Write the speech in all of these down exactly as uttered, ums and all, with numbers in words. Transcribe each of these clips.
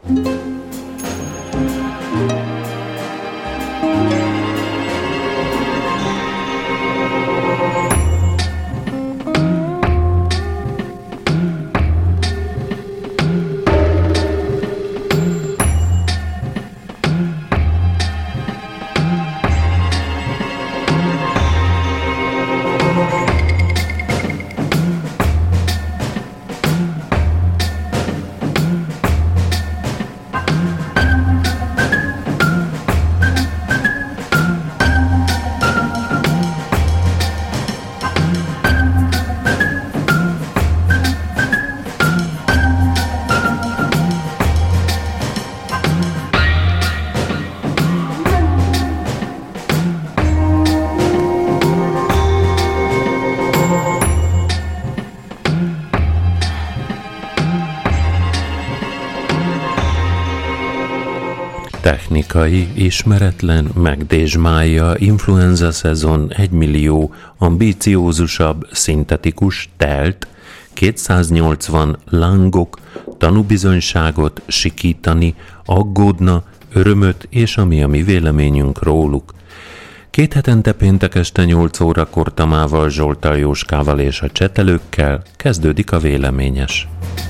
Technikai, ismeretlen, megdésmálja influenza szezon egymillió ambíciózusabb, szintetikus, telt, kétszáznyolcvan lángok, tanúbizonyságot sikítani, aggódna, örömöt és ami a mi véleményünk róluk. Két hetente péntek este nyolc órakor Tamával, Zsolttal, Jóskával és a csetelőkkel kezdődik a véleményes.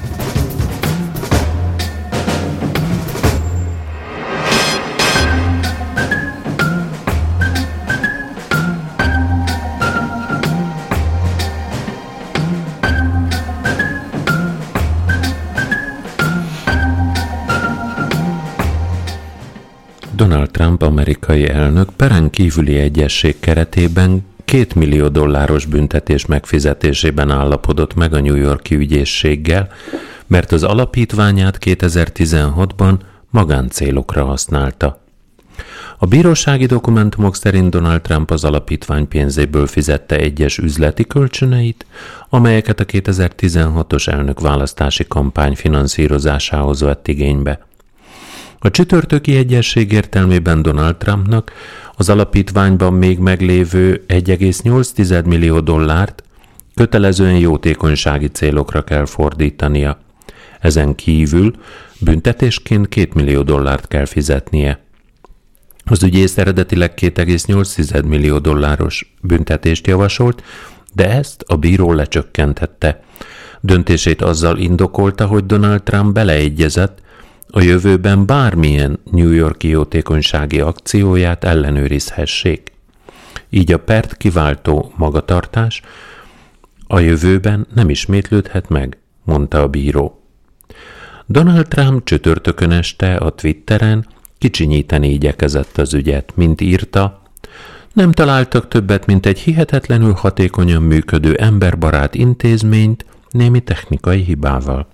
Donald Trump amerikai elnök peren kívüli egyezség keretében két millió dolláros büntetés megfizetésében állapodott meg a New York-i ügyészséggel, mert az alapítványát kétezer-tizenhatban magáncélokra használta. A bírósági dokumentumok szerint Donald Trump az alapítvány pénzéből fizette egyes üzleti kölcsöneit, amelyeket a kétezer-tizenhatos elnökválasztási kampány finanszírozásához vett igénybe. A csütörtöki egyezség értelmében Donald Trumpnak az alapítványban még meglévő egy egész nyolc millió dollárt kötelezően jótékonysági célokra kell fordítania. Ezen kívül büntetésként két millió dollárt kell fizetnie. Az ügyész eredetileg két egész nyolc millió dolláros büntetést javasolt, de ezt a bíró lecsökkentette. Döntését azzal indokolta, hogy Donald Trump beleegyezett, a jövőben bármilyen New York-i jótékonysági akcióját ellenőrizhessék. Így a pert kiváltó magatartás a jövőben nem ismétlődhet meg, mondta a bíró. Donald Trump csütörtökön este a Twitteren kicsinyíteni igyekezett az ügyet, mint írta, nem találtak többet, mint egy hihetetlenül hatékonyan működő emberbarát intézményt némi technikai hibával.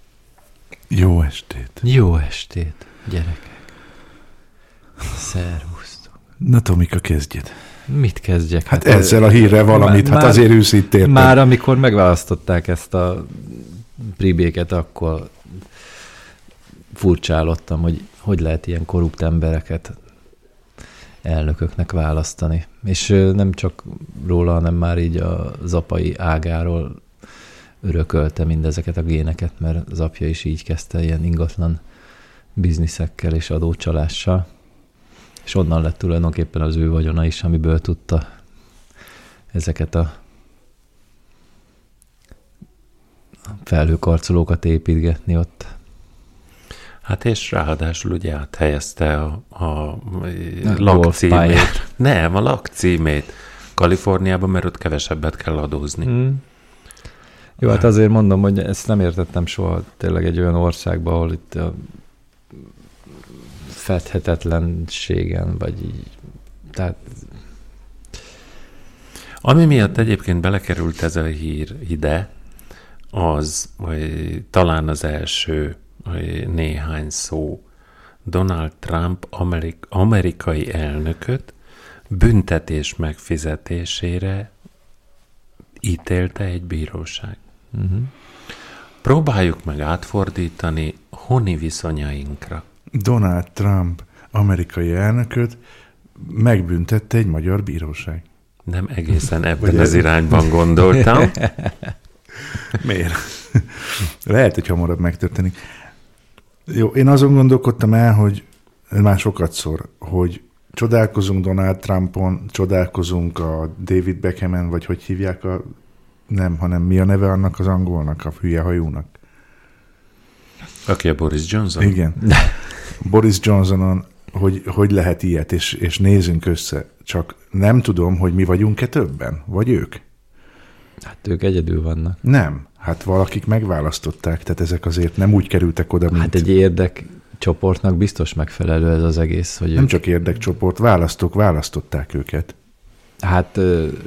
Jó estét! Jó estét, gyerekek! Szervusztok! Na Tomika, kezdjed. Mit kezdjek? Hát, hát ezzel a hírrel valamit, már, hát azért őszintén. Már amikor megválasztották ezt a pribéket, akkor furcsálottam, hogy hogy lehet ilyen korrupt embereket elnököknek választani. És nem csak róla, hanem már így az apai ágáról örökölte mindezeket a géneket, mert az apja is így kezdte ilyen ingatlan bizniszekkel és adócsalással. És onnan lett tulajdonképpen az ő vagyona is, amiből tudta ezeket a felhőkarcolókat építgetni ott. Hát és ráadásul ugye áthelyezte a, a lakcímét. Nem, a lakcímét Kaliforniában, mert ott kevesebbet kell adózni. Hmm. Jó, hát azért mondom, hogy ezt nem értettem soha tényleg egy olyan országban, ahol itt a fedhetetlenségen, vagy így, tehát... Ami miatt egyébként belekerült ez a hír ide, az, hogy talán az első hogy néhány szó Donald Trump amerik- amerikai elnököt büntetés megfizetésére ítélte egy bíróság. Uh-huh. Próbáljuk meg átfordítani honi viszonyainkra. Donald Trump amerikai elnököt megbüntette egy magyar bíróság. Nem egészen ebben az irányban gondoltam. Miért? Lehet, hogy hamarabb megtörténik. Jó, én azon gondolkodtam el, hogy már sokatszor, hogy csodálkozunk Donald Trumpon, csodálkozunk a David Beckhamen, vagy hogy hívják a... Nem, hanem mi a neve annak az angolnak, a hülye hajúnak? Aki a Boris Johnson? Igen. Boris Johnsonon, hogy, hogy lehet ilyet, és, és nézzünk össze. Csak nem tudom, hogy mi vagyunk-e többen, vagy ők? Hát ők egyedül vannak. Nem. Hát valakik megválasztották, tehát ezek azért nem úgy kerültek oda, mint... Hát egy érdekcsoportnak biztos megfelelő ez az egész, hogy Nem ők... csak érdekcsoport, választók választották őket. Hát...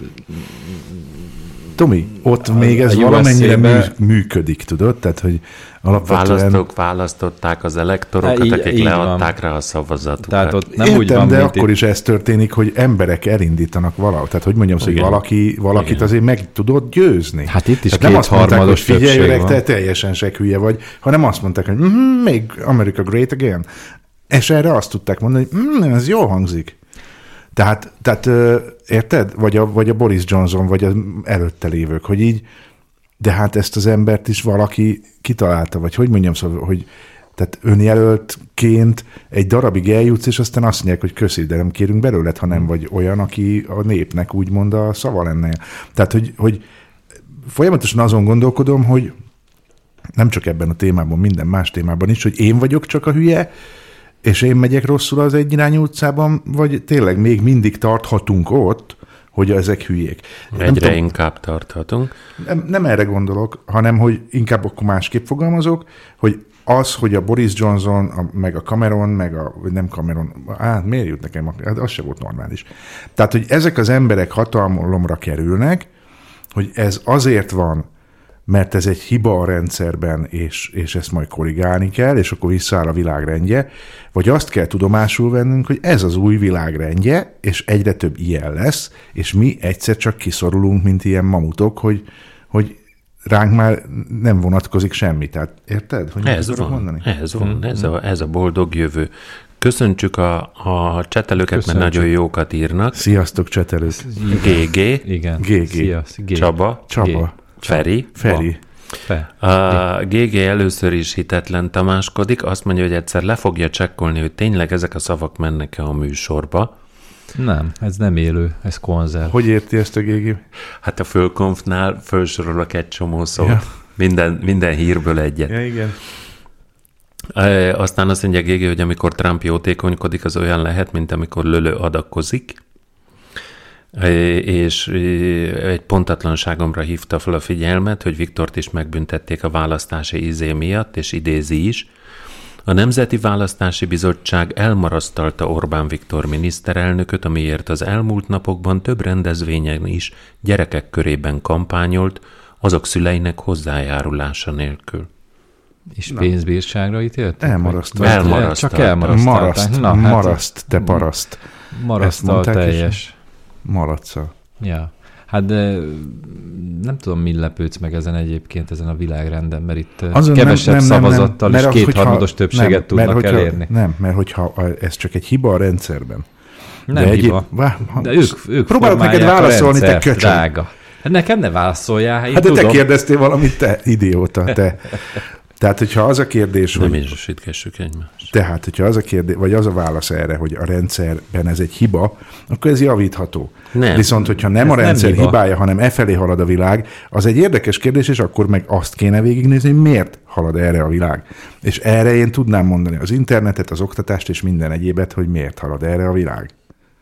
Tomi, ott a, még ez a valamennyire mű, be... működik, tudod? Tehát, hogy alapvetően... Választók választották az elektorokat, így, akik így leadták rá a szavazatukat. Tehát ott nem Értem, úgy van, de mint akkor itt... is ez történik, hogy emberek elindítanak valahogy. Tehát, hogy mondjam, hogy valaki, valakit Igen. azért meg tudod győzni. Hát itt is Tehát nem azt mondták, hogy kétharmados figyelj, többség öreg, van. te teljesen se hülye vagy, hanem azt mondták, hogy mm, make America great again. És erre azt tudták mondani, hogy mm, ez jól hangzik. Tehát, tehát érted? Vagy a, vagy a Boris Johnson, vagy az előtte lévők, hogy így, de hát ezt az embert is valaki kitalálta, vagy hogy mondjam, szóval, hogy tehát önjelöltként egy darabig eljutsz, és aztán azt mondják, hogy köszi, de nem kérünk belőled, ha nem vagy olyan, aki a népnek úgymond a szava lenne. Tehát, hogy, hogy folyamatosan azon gondolkodom, hogy nem csak ebben a témában, minden más témában is, hogy én vagyok csak a hülye, és én megyek rosszul az egyirányú utcában, vagy tényleg még mindig tarthatunk ott, hogy ezek hülyék. Egyre tudom, inkább tarthatunk. Nem, nem erre gondolok, hanem hogy inkább akkor másképp fogalmazok, hogy az, hogy a Boris Johnson, a, meg a Cameron, meg a, vagy nem Cameron, á, miért jut nekem, hát az se volt normális. Tehát, hogy ezek az emberek hatalomra kerülnek, hogy ez azért van, mert ez egy hiba a rendszerben, és, és ezt majd korrigálni kell, és akkor visszaáll a világrendje, vagy azt kell tudomásul vennünk, hogy ez az új világrendje, és egyre több ilyen lesz, és mi egyszer csak kiszorulunk, mint ilyen mamutok, hogy, hogy ránk már nem vonatkozik semmi. Tehát érted? Hogy ez van, mondani? ez van, mm-hmm. ez, a, ez a boldog jövő. Köszöntsük a, a csetelőket, Köszöntsük. Mert nagyon jókat írnak. Sziasztok, csetelők! gé gé, Igen. gé gé, Sziasz, G. Csaba, Csaba. Feri. Feri. A gé gé először is hitetlen tamáskodik, azt mondja, hogy egyszer le fogja csekkolni, hogy tényleg ezek a szavak mennek-e a műsorba. Nem, ez nem élő, ez konzerv. Hogy érti ezt a gé gé? Hát a fölkonfnál felsorolok egy csomó szót. Ja. Minden, minden hírből egyet. Ja, igen. E, aztán azt mondja gé gé, hogy amikor Trump jótékonykodik, az olyan lehet, mint amikor Lölő adakozik. És egy pontatlanságomra hívta fel a figyelmet, hogy Viktort is megbüntették a választási izé miatt, és idézi is. A Nemzeti Választási Bizottság elmarasztalta Orbán Viktor miniszterelnököt, amiért az elmúlt napokban több rendezvényen is gyerekek körében kampányolt, azok szüleinek hozzájárulása nélkül. És pénzbírságra ítéltek? Elmarasztalt. Elmarasztalt. Csak elmarasztalták. Maraszt, Na, maraszt, hát, te paraszt. Marasztal teljes. Maradszal. Ja. Hát de nem tudom, mi lepődsz meg ezen egyébként, ezen a világrenden, mert itt Azon kevesebb nem, nem, szavazattal nem, nem, és kétharmados többséget nem, tudnak hogyha, elérni. Nem, mert hogyha ez csak egy hiba a rendszerben. Nem de hiba. Egy, vá, de ők, ők próbálok neked válaszolni, te köcsög. Drága. Hát nekem ne válaszoljál. Hát de tudom. te kérdeztél valamit, te idióta, te. Tehát, hogyha az a kérdés, nem hogy... Nem is egymást. Tehát, hogyha az a kérdés, vagy az a válasz erre, hogy a rendszerben ez egy hiba, akkor ez javítható. Nem. Viszont, hogyha nem ez a rendszer nem hibája, hanem e felé halad a világ, az egy érdekes kérdés, és akkor meg azt kéne végignézni, hogy miért halad erre a világ. És erre én tudnám mondani az internetet, az oktatást és minden egyébet, hogy miért halad erre a világ.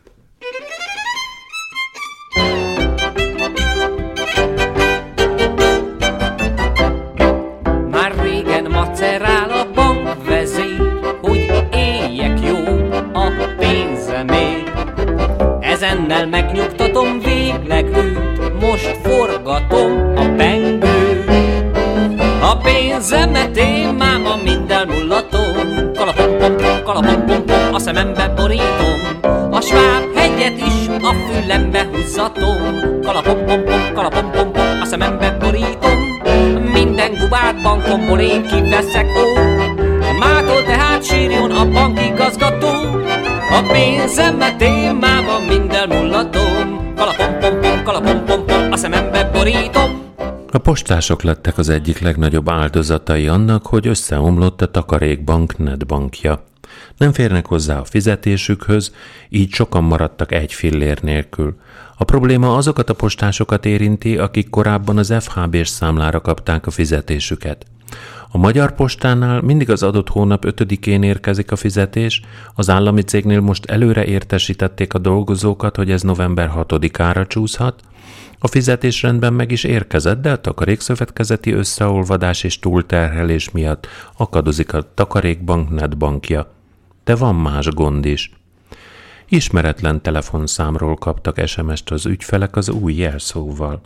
Ezennel megnyugtatom végleg őt, most forgatom a pengőt. A pénzemet én máma minden mullatom, kalapompom, kalapompom, a szemembe borítom. A Sváb hegyet is a fülembe húzzatom, kalapompom, kalapompom, a szemembe borítom. Minden gubát bankomból én kiveszek, ó, mától tehát sírjon a bankigazgató. A pénzemet én máma minden mullatom, kalapompom, kalapompom, a szemembe borítom. A postások lettek az egyik legnagyobb áldozatai annak, hogy összeomlott a Takarékbank netbankja. Nem férnek hozzá a fizetésükhöz, így sokan maradtak egy fillér nélkül. A probléma azokat a postásokat érinti, akik korábban az ef há bé-s számlára kapták a fizetésüket. A Magyar Postánál mindig az adott hónap ötödikén érkezik a fizetés, az állami cégnél most előre értesítették a dolgozókat, hogy ez november hatodikára csúszhat. A fizetésrendben meg is érkezett, de a takarékszövetkezeti összeolvadás és túlterhelés miatt akadozik a Takarékbank netbankja. De van más gond is. Ismeretlen telefonszámról kaptak es em est az ügyfelek az új jelszóval.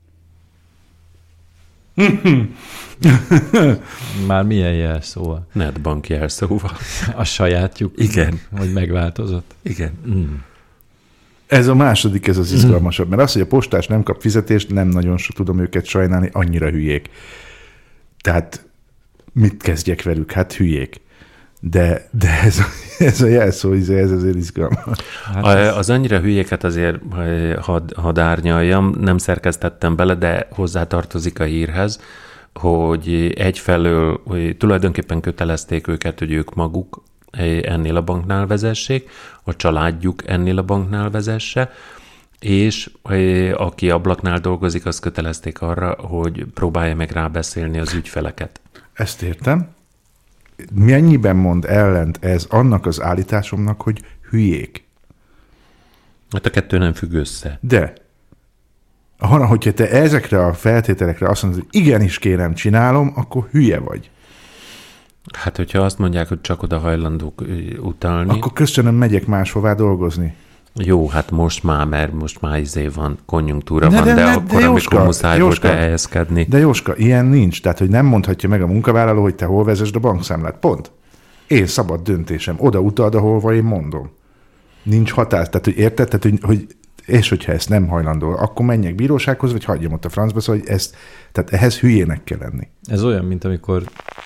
Már milyen jelszóval? Netbank jelszóval. A sajátjuk? Igen. Hogy megváltozott? Igen. Mm. Ez a második, ez az izgalmasabb, mert az, hogy a postás nem kap fizetést, nem nagyon so tudom őket sajnálni, annyira hülyék. Tehát mit kezdjek velük? Hát hülyék. De, de ez, a, ez a jelszó, ez azért izgalmas. Hát ez... Az annyira hülyéket azért had, hadd árnyaljam, nem szerkesztettem bele, de hozzátartozik a hírhez, hogy egyfelől hogy tulajdonképpen kötelezték őket, hogy ők maguk ennél a banknál vezessék, a családjuk ennél a banknál vezesse, és aki ablaknál dolgozik, azt kötelezték arra, hogy próbálja meg rábeszélni az ügyfeleket. Ezt értem. Mennyiben mond ellent ez annak az állításomnak, hogy hülyék? Hát a kettő nem függ össze. De, ha, hogyha te ezekre a feltételekre azt mondod, hogy igenis kérem, csinálom, akkor hülye vagy. Hát, hogyha azt mondják, hogy csak oda hajlandók utalni. Akkor köszönöm, megyek máshová dolgozni. Jó, hát most már, mert most már izé van, konjunktúra ne, van, de, de, de akkor, de amikor Jóska, muszáj Jóska, volt elhelyezkedni. De Jóska, ilyen nincs. Tehát, hogy nem mondhatja meg a munkavállaló, hogy te hol vezesd a bankszámlát. Pont. Én szabad döntésem. Oda utald, ahol én mondom. Nincs határ. Tehát, hogy érted? Tehát, hogy, hogy és hogyha ezt nem hajlandó, akkor menjek bírósághoz, vagy hagyjam ott a francba, szóval, hogy ezt, tehát ehhez hülyének kell lenni. Ez olyan, mint amikor...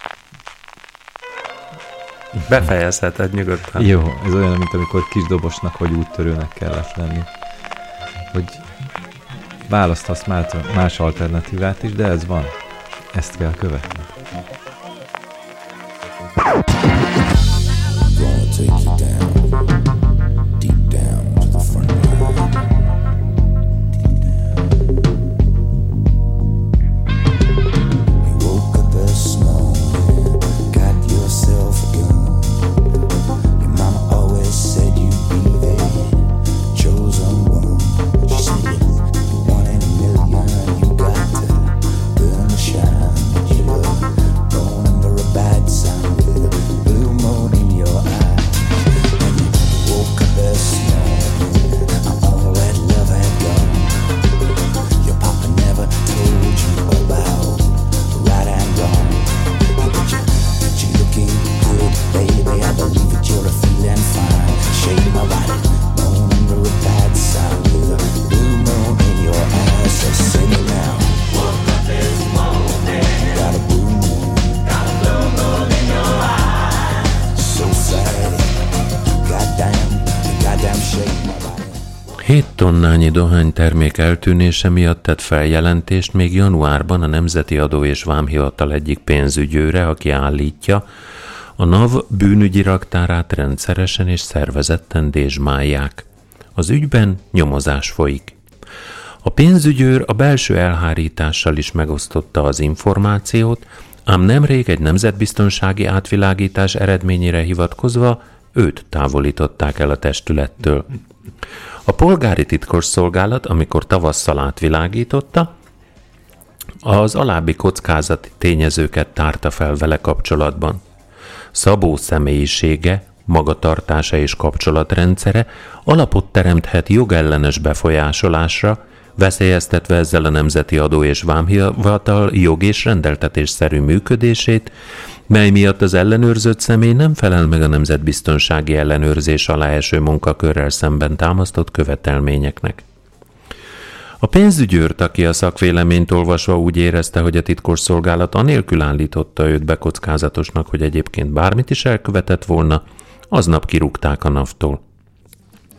Befejezheted nyugodtan. Jó, ez olyan, mint amikor kisdobosnak vagy úttörőnek kellett lenni. Hogy választasz más alternatívát is, de ez van. Ezt kell követni. hét tonnányi dohánytermék eltűnése miatt tett feljelentést még januárban a Nemzeti Adó és Vámhivatal egyik pénzügyőre, aki állítja, a NAV bűnügyi raktárát rendszeresen és szervezetten dézsmálják. Az ügyben nyomozás folyik. A pénzügyőr a belső elhárítással is megosztotta az információt, ám nemrég egy nemzetbiztonsági átvilágítás eredményére hivatkozva őt távolították el a testülettől. A polgári titkosszolgálat, amikor tavasszal átvilágította, az alábbi kockázati tényezőket tárta fel vele kapcsolatban. Szabó személyisége, magatartása és kapcsolatrendszere alapot teremthet jogellenes befolyásolásra, veszélyeztetve ezzel a Nemzeti Adó és Vámhivatal jog- és rendeltetésszerű működését, mely miatt az ellenőrzött személy nem felel meg a nemzetbiztonsági ellenőrzés alá eső munkakörrel szemben támasztott követelményeknek. A pénzügyőrt, aki a szakvéleményt olvasva úgy érezte, hogy a titkosszolgálat anélkül állította őt bekockázatosnak, hogy egyébként bármit is elkövetett volna, aznap kirúgták a NAV-tól.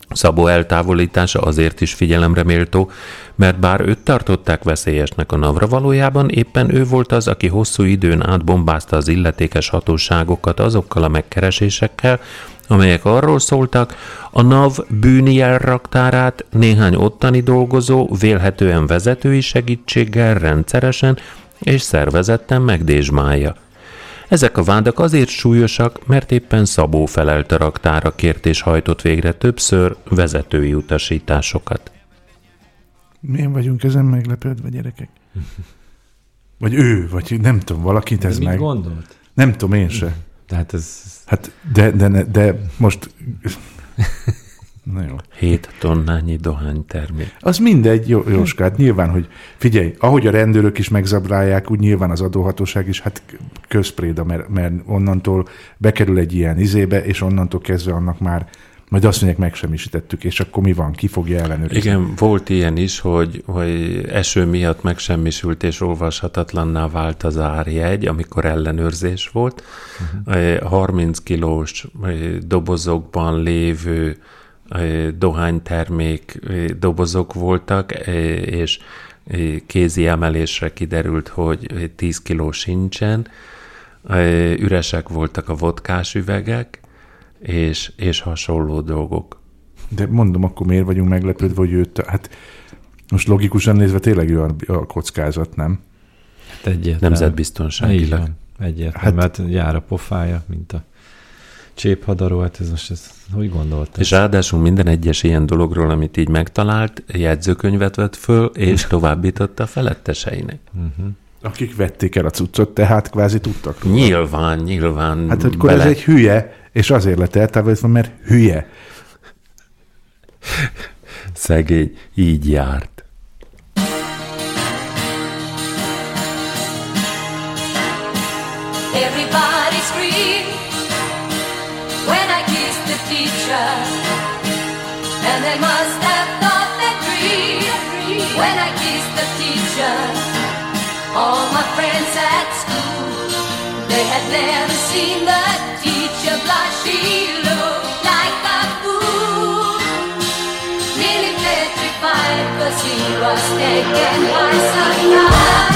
Szabó eltávolítása azért is figyelemre méltó, mert bár őt tartották veszélyesnek a navra, valójában éppen ő volt az, aki hosszú időn át bombázta az illetékes hatóságokat azokkal a megkeresésekkel, amelyek arról szóltak, a NAV bűnjel raktárát néhány ottani dolgozó vélhetően vezetői segítséggel rendszeresen és szervezetten megdésmálja. Ezek a vádak azért súlyosak, mert éppen Szabó felelt a raktárakért és hajtott végre többször vezetői utasításokat. Miért vagyunk ezen meglepődve, gyerekek? Vagy ő, vagy nem tudom, valakit ez de meg... mit gondolt? Nem tudom, én se. Tehát ez... Hát, de, de, de, de most... Na jó. Hét tonnányi dohánytermék. Az mindegy, jó, Jóskát, nyilván, hogy figyelj, ahogy a rendőrök is megzabrálják, úgy nyilván az adóhatóság is, hát közpréda, mert, mert onnantól bekerül egy ilyen izébe, és onnantól kezdve annak már, majd azt mondják, megsemmisítettük, és akkor mi van, ki fogja ellenőrizni? Igen, volt ilyen is, hogy, hogy eső miatt megsemmisült és olvashatatlanná vált az árjegy, amikor ellenőrzés volt. Uh-huh. harminc kilós dobozokban lévő dohánytermék dobozok voltak, és kézi emelésre kiderült, hogy tíz kiló sincsen, üresek voltak a vodkás üvegek, és, és hasonló dolgok. De mondom, akkor miért vagyunk meglepődve, hogy őt, hát most logikusan nézve tényleg ő a, a kockázat, nem? Hát egyértelmű. Nemzetbiztonságilag. Egyértelmű, Hát- mert jár a pofája, mint a cséphadaró, hát ez most, ez, hogy gondoltad? És ráadásul minden egyes ilyen dologról, amit így megtalált, jegyzőkönyvet vett föl, és továbbította a feletteseinek. Uh-huh. Akik vették el a cuccot, tehát kvázi tudtak róla. Nyilván, nyilván. Hát, hogy akkor bele... ez egy hülye, és azért lett eltávolítva, mert hülye. Szegény, így járt. Everybody screamed when I kissed the teacher, and they must have thought that dream when I kissed the teacher. All my friends at school, they had never seen the teacher blush. She looked like a fool, nearly petrified, 'cause he was taken by surprise.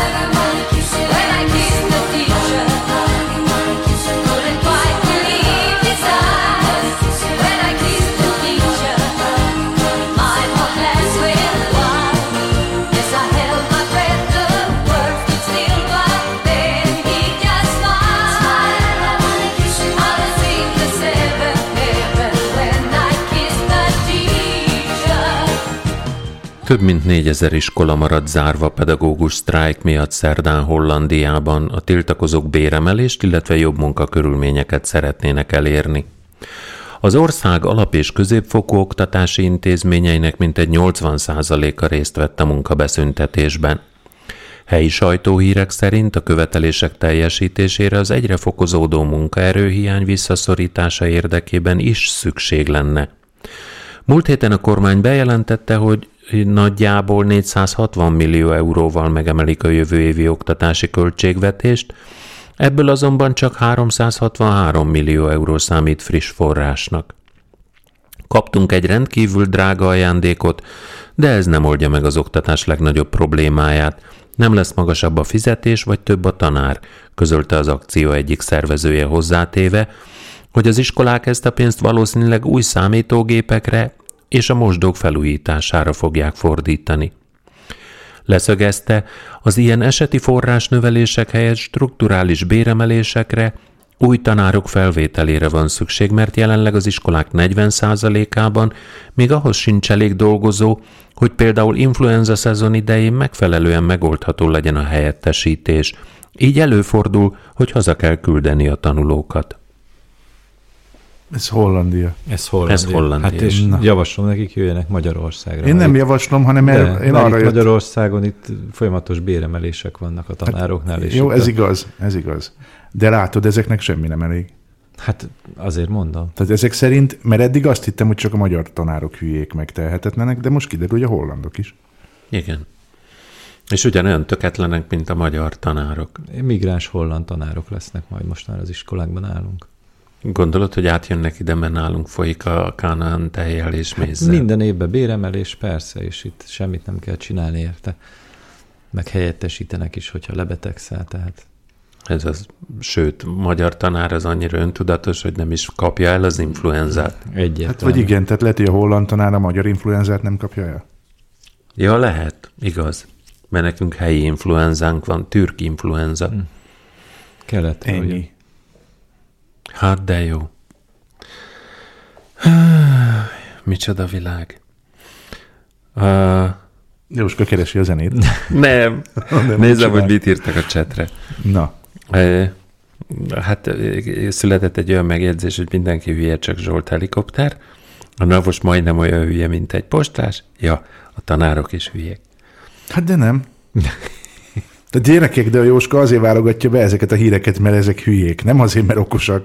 When I kissed the teacher, couldn't quite believe his eyes. When I kissed the teacher, my whole class went wild. Yes, I held my breath, the words stood still, but then he just smiled. I was in the seventh heaven when I kissed the teacher. Több mint négyezer iskola maradt zárva pedagógus sztrájk miatt szerdán Hollandiában. A tiltakozók béremelést, illetve jobb munkakörülményeket szeretnének elérni. Az ország alap- és középfokú oktatási intézményeinek mintegy nyolcvan százaléka részt vett a munkabeszüntetésben. Helyi sajtóhírek szerint a követelések teljesítésére az egyre fokozódó munkaerőhiány visszaszorítása érdekében is szükség lenne. Múlt héten a kormány bejelentette, hogy nagyjából négyszázhatvan millió euróval megemelik a jövő évi oktatási költségvetést, ebből azonban csak háromszázhatvanhárom millió euró számít friss forrásnak. Kaptunk egy rendkívül drága ajándékot, de ez nem oldja meg az oktatás legnagyobb problémáját. Nem lesz magasabb a fizetés, vagy több a tanár, közölte az akció egyik szervezője hozzátéve, hogy az iskolák ezt a pénzt valószínűleg új számítógépekre és a mosdók felújítására fogják fordítani. Leszögezte, az ilyen eseti forrásnövelések helyett strukturális béremelésekre, új tanárok felvételére van szükség, mert jelenleg az iskolák negyven százalékában még ahhoz sincs elég dolgozó, hogy például influenza szezon idején megfelelően megoldható legyen a helyettesítés. Így előfordul, hogy haza kell küldeni a tanulókat. Ez Hollandia. Ez Hollandia. Ez Hollandia. Hát és Na. javaslom nekik, jöjjenek Magyarországra. Én nem javaslom, hanem De, el, én mert arra itt jött... Magyarországon itt folyamatos béremelések vannak a tanároknál. Hát, és jó, itt ez a... igaz, ez igaz. De látod, ezeknek semmi nem elég. Hát azért mondom. Tehát ezek szerint, mert eddig azt hittem, hogy csak a magyar tanárok hülyék meg tehetetlenek, de most kiderül, hogy a hollandok is. Igen. És ugyanolyan töketlenek, mint a magyar tanárok. Migráns holland tanárok lesznek majd most már az iskolákban állunk. Gondolod, hogy átjönnek ide, mert nálunk folyik a Kánaán tejjel és mézzel? Minden évben béremelés, persze, és itt semmit nem kell csinálni érte. Meg helyettesítenek is, hogyha lebetegszel, tehát... Ez az, sőt, magyar tanár az annyira öntudatos, hogy nem is kapja el az influenzát. Egyetlen. Hát vagy igen, tehát lehet, hogy a holland tanár a magyar influenzát nem kapja el. Ja, lehet, igaz. Mert nekünk helyi influenzánk van, türk influenza. Hm. Kelet. Ennyi. Hát de jó. Micsoda világ. Uh, Jóska keresi a zenét. nem. Nem Nézzem, csinál. hogy mit írtak a csetre. Na, Uh, hát uh, született egy olyan megjegyzés, hogy mindenki hülye, csak Zsolt helikopter. A Navos majdnem olyan hülye, mint egy postás. Ja, a tanárok is hülyék. hát de nem. Tehát gyerekek, de a Jóska azért válogatja be ezeket a híreket, mert ezek hülyék. Nem azért, mert okosak.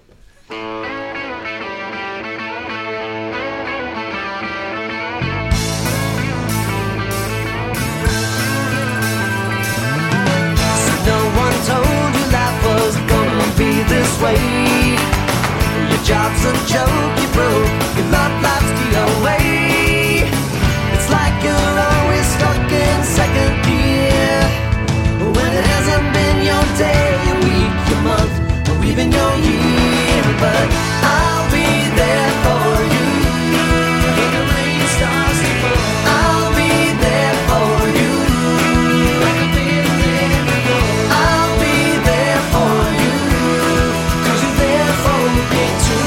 No one told you life was gonna be this way. Your job's a joke, you broke, your love life's the away. It's like you're always stuck in second gear, when it hasn't been your day, your week, your month, or even your year. But I'll be there for you. In the rain starts to fall, I'll be there for you. Like I've been there before. I'll be there for you, 'cause you're there for me too.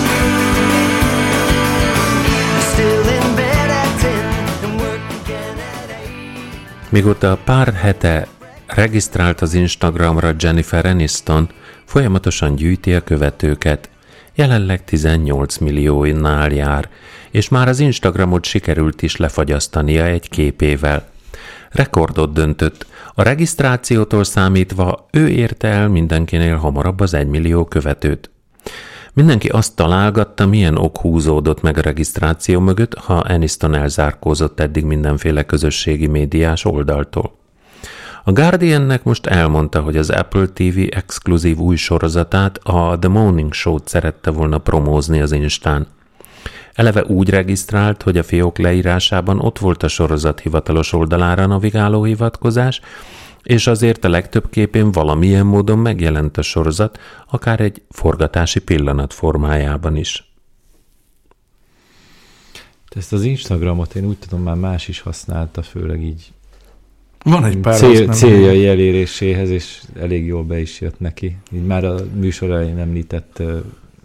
You're still in bed at ten and work again at eight. Mióta a pár hete regisztrált az Instagramra Jennifer Aniston, folyamatosan gyűjti a követőket. Jelenleg tizennyolc milliónál jár, és már az Instagramot sikerült is lefagyasztania egy képével. Rekordot döntött. A regisztrációtól számítva ő érte el mindenkinél hamarabb az egymillió követőt. Mindenki azt találgatta, milyen ok húzódott meg a regisztráció mögött, ha Aniston elzárkózott eddig mindenféle közösségi médiás oldaltól. A Guardiannek most elmondta, hogy az Apple té vé exkluzív új sorozatát, a The Morning Show-t szerette volna promózni az Instán. Eleve úgy regisztrált, hogy a fiók leírásában ott volt a sorozat hivatalos oldalára navigáló hivatkozás, és azért a legtöbb képén valamilyen módon megjelent a sorozat, akár egy forgatási pillanat formájában is. Ezt az Instagramot én úgy tudom, már más is használta, főleg így Van egy pár cél, azt nem- céljai eléréséhez, és elég jól be is jött neki. Így már a műsor elején említett uh,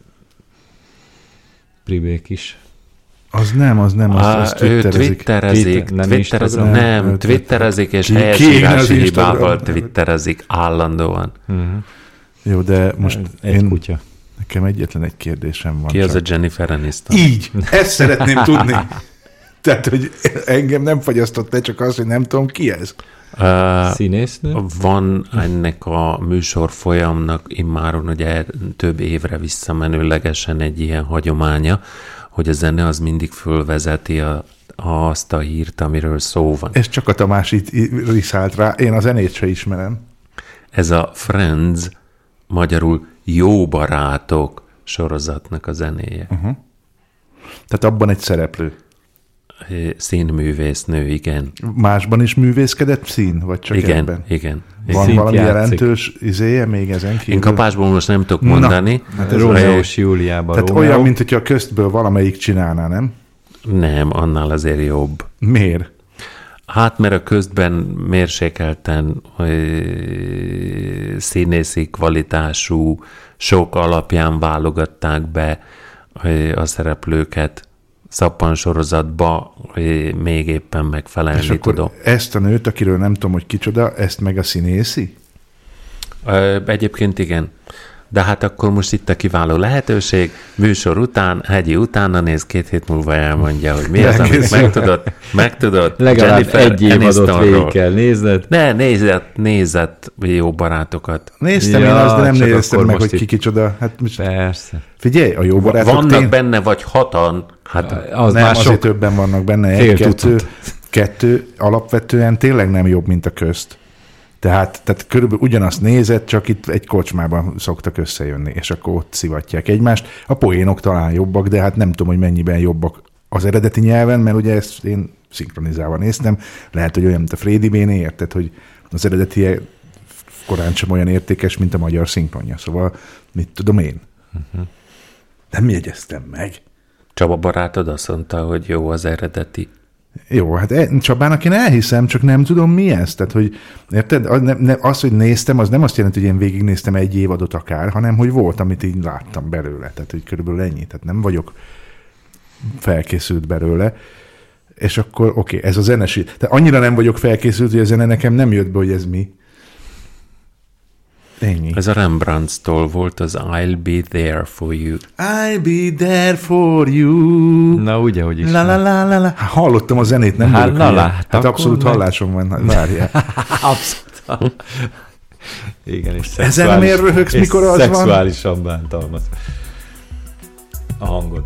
Pribék is. Az nem, az nem, az, Á, az ő twitterezik. twitterezik, Twitter- nem twitterezik, Instagram? nem, Nem, twitterezik, és ki- helyesírási ki az Instagram? hibával twitterezik állandóan. Uh-huh. Jó, de most Egy én, kutya. nekem egyetlen egy kérdésem van. Ki az csak. a Jennifer Aniston? Így, ezt szeretném tudni. Tehát, hogy engem nem fagyasztott le, csak az, hogy nem tudom, ki ez. Uh, Színésznő? Van ennek a műsor folyamnak immáron ugye több évre visszamenőlegesen egy ilyen hagyománya, hogy a zene az mindig fölvezeti a, azt a hírt, amiről szó van. Ez csak a Tamás itt riszált rá, én a zenét se ismerem. Ez a Friends, magyarul Jó barátok sorozatnak a zenéje. Uh-huh. Tehát abban egy szereplő. Színművésznő, igen. Másban is művészkedett szín, vagy csak igen, ebben? igen. Van Szint valami játszik. jelentős izéje még ezen kívül? Én kapásból most nem tudok mondani. hát ez Rómeó olyan- és Júliában. Tehát Rómeó. olyan, mint hogyha a köztből valamelyik csinálná, nem? Nem, annál azért jobb. Miért? Hát, mert a közben mérsékelten ö, színészi kvalitású, sok alapján válogatták be ö, a szereplőket szappansorozatba, ö, még éppen megfelelni És akkor tudom. ezt a nőt, akiről nem tudom, hogy kicsoda, ezt meg a színészi? Ö, Egyébként igen. De hát akkor most itt a kiváló lehetőség, műsor után, Hegyi utána néz, két hét múlva elmondja, hogy mi az, amit Egész megtudod, megtudod. Legalább Jennifer egy évadot Anistonról. végig kell nézned. Ne, nézett, nézett Jó barátokat. Néztem Ja, én azt, de nem csak néztem akkor meg, most hogy ki itt- kicsoda. Hát most Persze. figyelj, a jó barátok Vannak tény... benne vagy hatan, hát Az nem, már azért sok. többen vannak benne. Fél Egy, kettő, tucat. kettő alapvetően tényleg nem jobb, mint a közt. Tehát, tehát körülbelül ugyanazt nézett, csak itt egy kocsmában szoktak összejönni, és akkor ott szivatják egymást. A poénok talán jobbak, de hát nem tudom, hogy mennyiben jobbak az eredeti nyelven, mert ugye ezt én szinkronizálva néztem. Lehet, hogy olyan, mint a Frédi Béné, érted, hogy az eredeti korán sem olyan értékes, mint a magyar szinkronja. Szóval mit tudom én? Uh-huh. Nem jegyeztem meg. Csaba barátod azt mondta, hogy jó az eredeti. Jó, hát Csabának én elhiszem, csak nem tudom mi ez. Tehát, hogy érted? Az, ne, ne, az, hogy néztem, az nem azt jelenti, hogy én végignéztem egy évadot akár, hanem, hogy volt, amit így láttam belőle. Tehát, hogy körülbelül ennyi. Tehát nem vagyok felkészült belőle. És akkor oké, okay, ez a zenesi. Tehát annyira nem vagyok felkészült, hogy a zene nekem nem jött be, hogy ez mi. Ennyi. Ez a Rembrandtstól volt az I'll be there for you. I'll be there for you. Na, ugye, hogy is. La, la, la, la, la. Hallottam a zenét, nem hát, vagyok na, hülye. lát, Hát abszolút meg... hallásom van. Várjál. Abszolút. Igen, és szexuális... Ezen miért röhögsz, mikor az van? Szexuálisan bántalmaz. A hangod.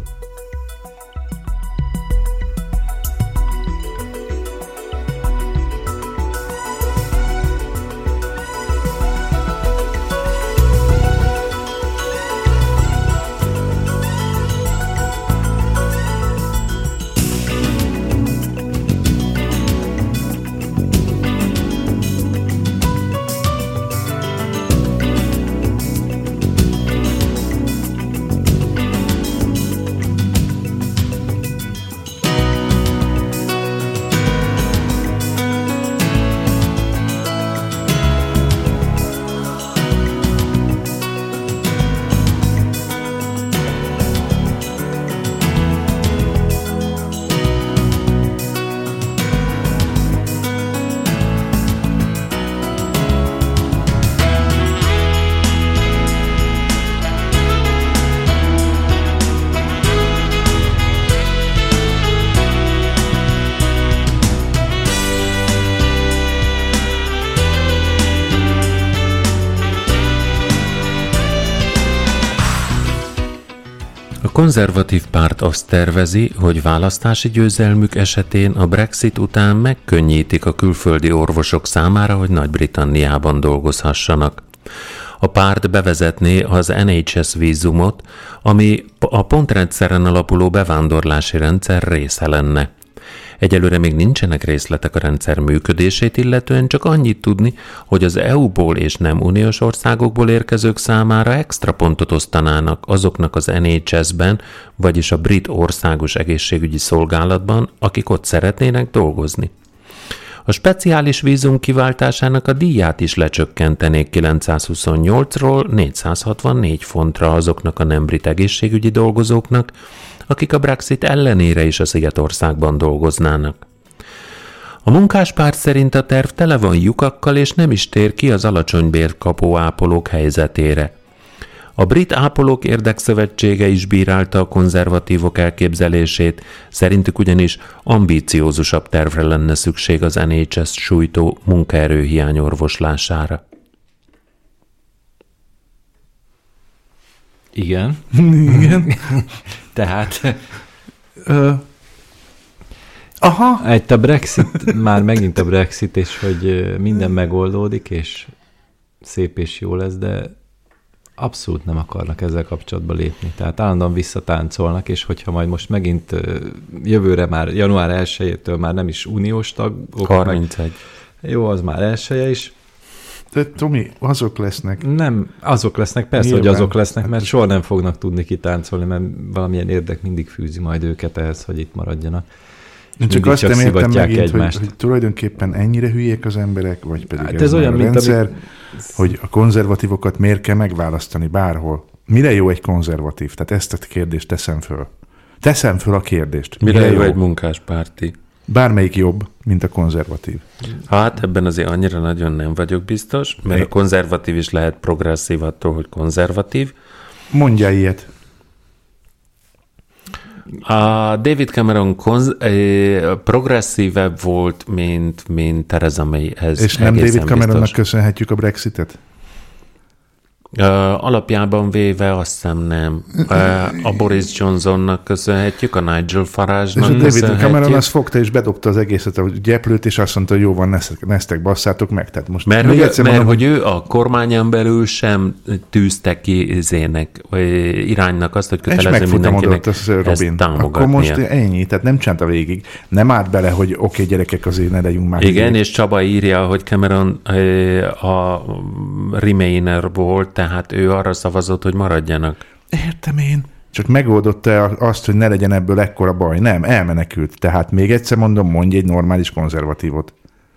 A konzervatív párt azt tervezi, hogy választási győzelmük esetén a Brexit után megkönnyítik a külföldi orvosok számára, hogy Nagy-Britanniában dolgozhassanak. A párt bevezetné az en há es vízumot, ami a pontrendszeren alapuló bevándorlási rendszer része lenne. Egyelőre még nincsenek részletek a rendszer működését illetően, csak annyit tudni, hogy az é u-ból és nem uniós országokból érkezők számára extra pontot osztanának azoknak az en há es-ben, vagyis a brit országos egészségügyi szolgálatban, akik ott szeretnének dolgozni. A speciális vízum kiváltásának a díját is lecsökkentenék kilencszázhuszonnyolcról négyszázhatvannégy fontra azoknak a nem brit egészségügyi dolgozóknak, akik a Brexit ellenére is a Szigetországban dolgoznának. A munkáspárt szerint a terv tele van lyukakkal, és nem is tér ki az alacsony bért kapó ápolók helyzetére. A Brit Ápolók Érdekszövetsége is bírálta a konzervatívok elképzelését, szerintük ugyanis ambíciózusabb tervre lenne szükség az en há es sújtó munkaerőhiány orvoslására. Igen. Igen. Tehát... Ö, aha. Egy a Brexit, már megint a Brexit, és hogy minden megoldódik, és szép és jó lesz, de abszolút nem akarnak ezzel kapcsolatba lépni. Tehát állandóan visszatáncolnak, és hogyha majd most megint jövőre már január elsejétől már nem is uniós tagok. harmincegy. Meg, jó, az már elsője is. De Tomi, azok lesznek. Nem, azok lesznek, persze, Nyilván. hogy azok lesznek, mert soha nem fognak tudni kitáncolni, mert valamilyen érdek mindig fűzi majd őket ehhez, hogy itt maradjanak. Én csak azt nem értem megint, hogy, hogy tulajdonképpen ennyire hülyék az emberek, vagy pedig hát ez, ez olyan, a mint rendszer, ami... hogy a konzervatívokat miért kell megválasztani bárhol. Mire jó egy konzervatív? Tehát ezt a kérdést teszem föl. Teszem föl a kérdést. Mire, Mire jó, jó egy munkáspárti? Bármelyik jobb, mint a konzervatív. Hát ebben azért annyira nagyon nem vagyok biztos, mert é. a konzervatív is lehet progresszív attól, hogy konzervatív. Mondja ilyet. A David Cameron konz- eh, progresszívebb volt, mint, mint Theresa May. Ez és nem David Cameronnak biztos. Köszönhetjük a Brexitet? Uh, alapjában véve azt hiszem nem. Uh, a Boris Johnsonnak köszönhetjük, a Nigel Farage-nak és a David Cameron köszönhetjük. azt fogta és bedobta az egészet a gyeplőt, és azt mondta, hogy jó van, neztek, neztek basszátok meg. Tehát most Mert, még hogy, egyszer mert mondom, hogy ő a kormányon belül sem tűzte ki izének, vagy iránynak azt, hogy és kötelező megfutamodott mindenkinek az ezt Robin. Akkor most támogatnia. ennyi, tehát nem csinálta végig. Nem állt bele, hogy oké, okay, gyerekek, azért ne legyünk már. Igen, idék. és Csaba írja, hogy Cameron ö, a Remainer volt, tehát ő arra szavazott, hogy maradjanak. Értem én. Csak megoldotta azt, hogy ne legyen ebből ekkora baj. Nem, elmenekült. Tehát még egyszer mondom, mondj egy normális konzervatívot.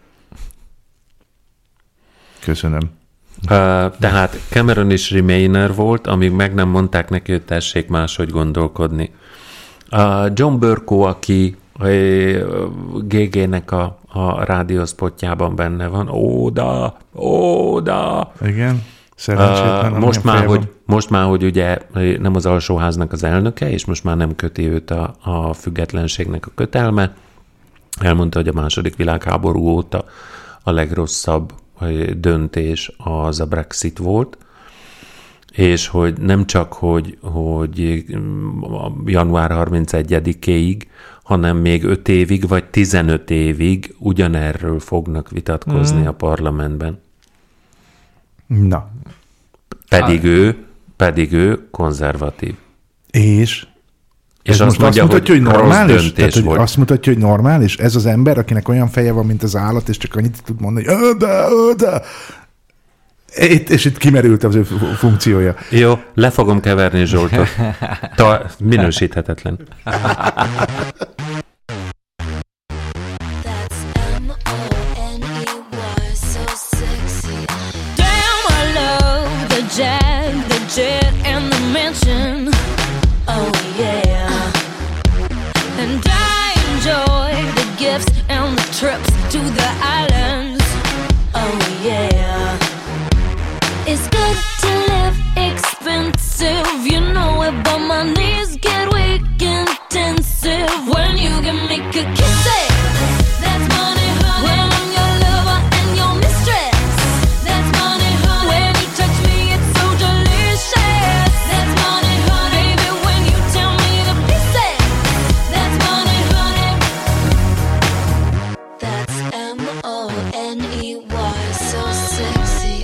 Köszönöm. Uh, tehát Cameron is Remainer volt, amíg meg nem mondták neki, hogy tessék máshogy gondolkodni. Uh, John Burko, aki uh, gé gé-nek a, a rádiószpotjában benne van, óda, óda. Igen. Szerencsétlen. Uh, most, már, hogy, most már, hogy ugye nem az alsóháznak az elnöke, és most már nem köti őt a, a függetlenségnek a kötelme, elmondta, hogy a második világháború óta a legrosszabb döntés az a Brexit volt, és hogy nem csak, hogy, hogy január harmincegyedikéig, hanem még öt évig, vagy tizenöt évig ugyanerről fognak vitatkozni mm. a parlamentben. Na. Pedig ő, pedig ő konzervatív. És? És ez azt most mondja, azt mutatja, hogy, hogy normális? Tehát, hogy volt. azt mutatja, hogy normális? Ez az ember, akinek olyan feje van, mint az állat, és csak annyit tud mondani, hogy öde, öde. Itt, és itt kimerült az ő funkciója. Jó, le fogom keverni Zsoltot. Ta, minősíthetetlen. Trips to the islands, oh yeah. It's good to live expensive, you know it, but my knees get weak intensive. When you can make a kiss it, that's money, honey. When I'm your lover and your mistress, that's money, honey. When you touch me, it's so delicious, that's money, honey. Baby, when you tell me to piece it, that's money, honey. That's M O N E Y, so sexy.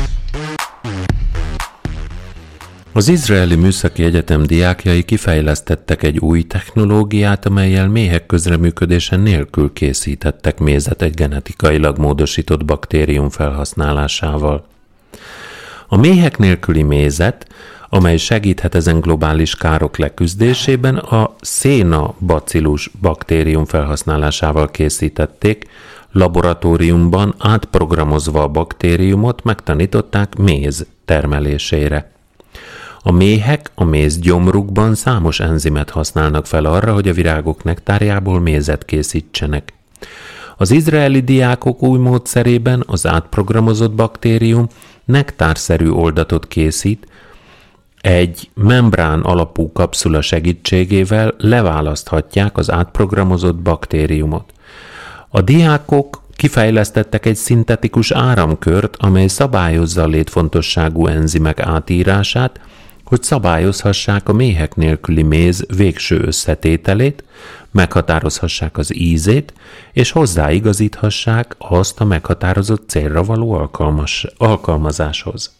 Az Izraeli Műszaki Egyetem diákjai kifejlesztettek egy új technológiát, amellyel méhek közreműködése nélkül készítettek mézet egy genetikailag módosított baktérium felhasználásával. A méhek nélküli mézet, amely segíthet ezen globális károk leküzdésében, a Széna bacillus baktérium felhasználásával készítették, laboratóriumban átprogramozva a baktériumot megtanították méz termelésére. A méhek a mézgyomrukban számos enzimet használnak fel arra, hogy a virágok nektárjából mézet készítsenek. Az izraeli diákok új módszerében az átprogramozott baktérium nektárszerű oldatot készít, egy membrán alapú kapszula segítségével leválaszthatják az átprogramozott baktériumot. A diákok kifejlesztettek egy szintetikus áramkört, amely szabályozza a létfontosságú enzimek átírását, hogy szabályozhassák a méhek nélküli méz végső összetételét, meghatározhassák az ízét, és hozzáigazíthassák azt a meghatározott célra való alkalmas, alkalmazáshoz.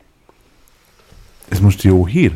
Ez most jó hír?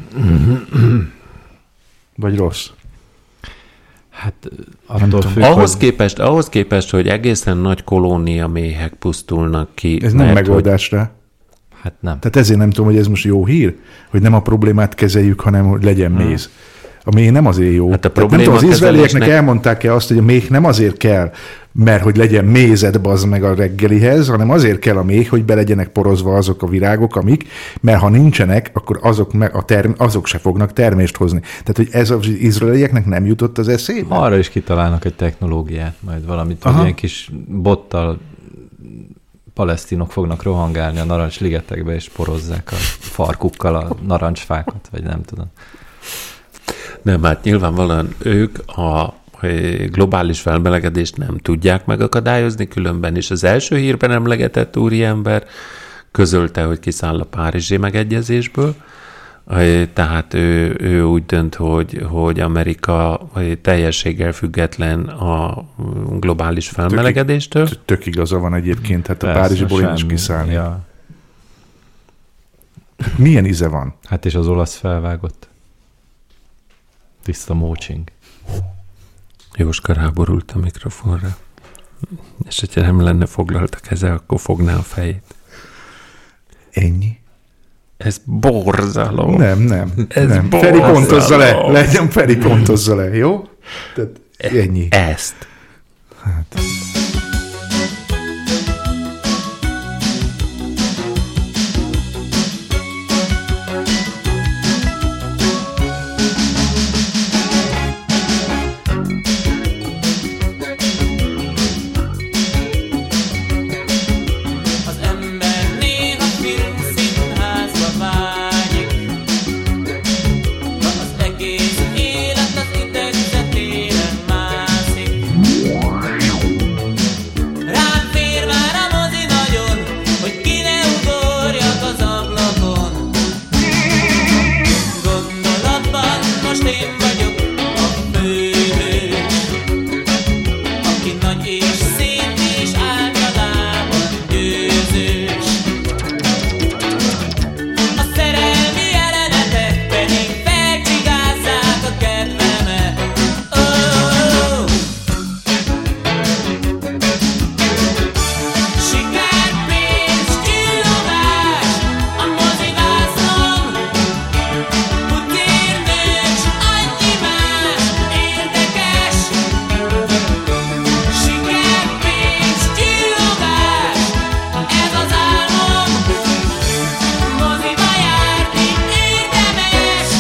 Vagy rossz? Hát attól függ, Ahhoz hogy... képest, ahhoz képest, hogy egészen nagy kolónia méhek pusztulnak ki. Ez nem megoldás rá. Hát nem. Tehát ezért nem tudom, hogy ez most jó hír, hogy nem a problémát kezeljük, hanem hogy legyen méz. A méh nem azért jó. Hát a nem tudom, az izraelieknek kezelésnek... elmondták-e azt, hogy a méh nem azért kell, mert hogy legyen mézed bazd meg a reggelihez, hanem azért kell a méh, hogy be legyenek porozva azok a virágok, amik, mert ha nincsenek, akkor azok, meg a term, azok se fognak termést hozni. Tehát, hogy ez az izraelieknek nem jutott az eszébe? Arra is kitalálnak egy technológiát, majd valamit, hogy ilyen kis bottal palesztinok fognak rohangálni a narancsligetekbe, és porozzák a farkukkal a narancsfákat, vagy nem tudom. Nem, hát nyilvánvalóan ők a globális felmelegedést nem tudják megakadályozni, különben is az első hírben emlegetett úriember közölte, hogy kiszáll a párizsi megegyezésből, tehát ő, ő úgy dönt, hogy, hogy Amerika teljességgel független a globális felmelegedéstől. Tök, tök igaza van egyébként, hát a Persze, párizsiból én is semmi. kiszállni. Ja. Milyen íze van? Hát és az olasz felvágott. Tiszta mócsing. Jóska ráborult a mikrofonra. És hogyha nem lenne foglalt a keze, akkor fogná a fejét. Ennyi? Ez borzalom. Nem, nem. Ez nem. borzalom. Feri pontozza le. Legyen Feri pontozza le, jó? Tehát ennyi. Ezt. Hát. Az ember néha filmszínházba vágyik, ha az egész élet az idegzetére mászik. Rám fér már a mozi nagyon, hogy ki ne ugorjak az ablakon. Gondolatban most én vagyok a főhős, aki nagy és szép és általában győzős. A szerelmi jelenetek pedig felcsigázzák a kedvemet. Oh! Siker, pénz, csillogás a mozivászon, putír-nők, s annyi más érdekes. Siker, pénz, csillogás, ez az álmom, moziba járni érdemes.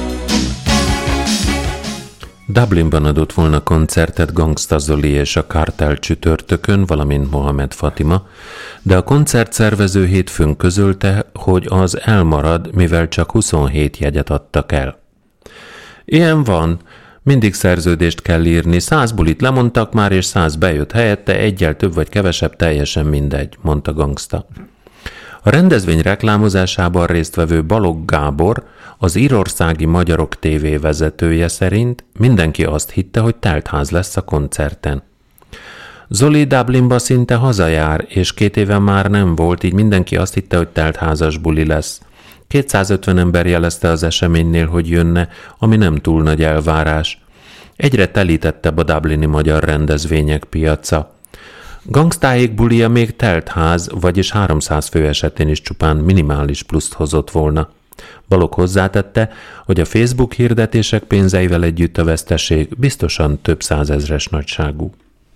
Dublinban adott volna koncertet Gangsta Zoli és a Kartel csütörtökön, valamint Mohamed Fatima, de a koncertszervező hétfőn közölte, hogy az elmarad, mivel csak huszonhét jegyet adtak el. Ilyen van, mindig szerződést kell írni, száz bulit lemondtak már, és száz bejött helyette, egyel több vagy kevesebb, teljesen mindegy, mondta Gangsta. A rendezvény reklámozásában résztvevő Balogh Gábor, az írországi Magyarok té vé vezetője szerint mindenki azt hitte, hogy teltház lesz a koncerten. Zoli Dublinba szinte hazajár, és két éve már nem volt, így mindenki azt hitte, hogy teltházas buli lesz. kétszázötven ember jelezte az eseménynél, hogy jönne, ami nem túl nagy elvárás. Egyre telítettebb a dublini magyar rendezvények piaca. Gangstáék bulia még teltház, vagyis háromszáz fő esetén is csupán minimális pluszt hozott volna. Balogh hozzátette, hogy a Facebook hirdetések pénzeivel együtt a veszteség biztosan több százezres nagyságú.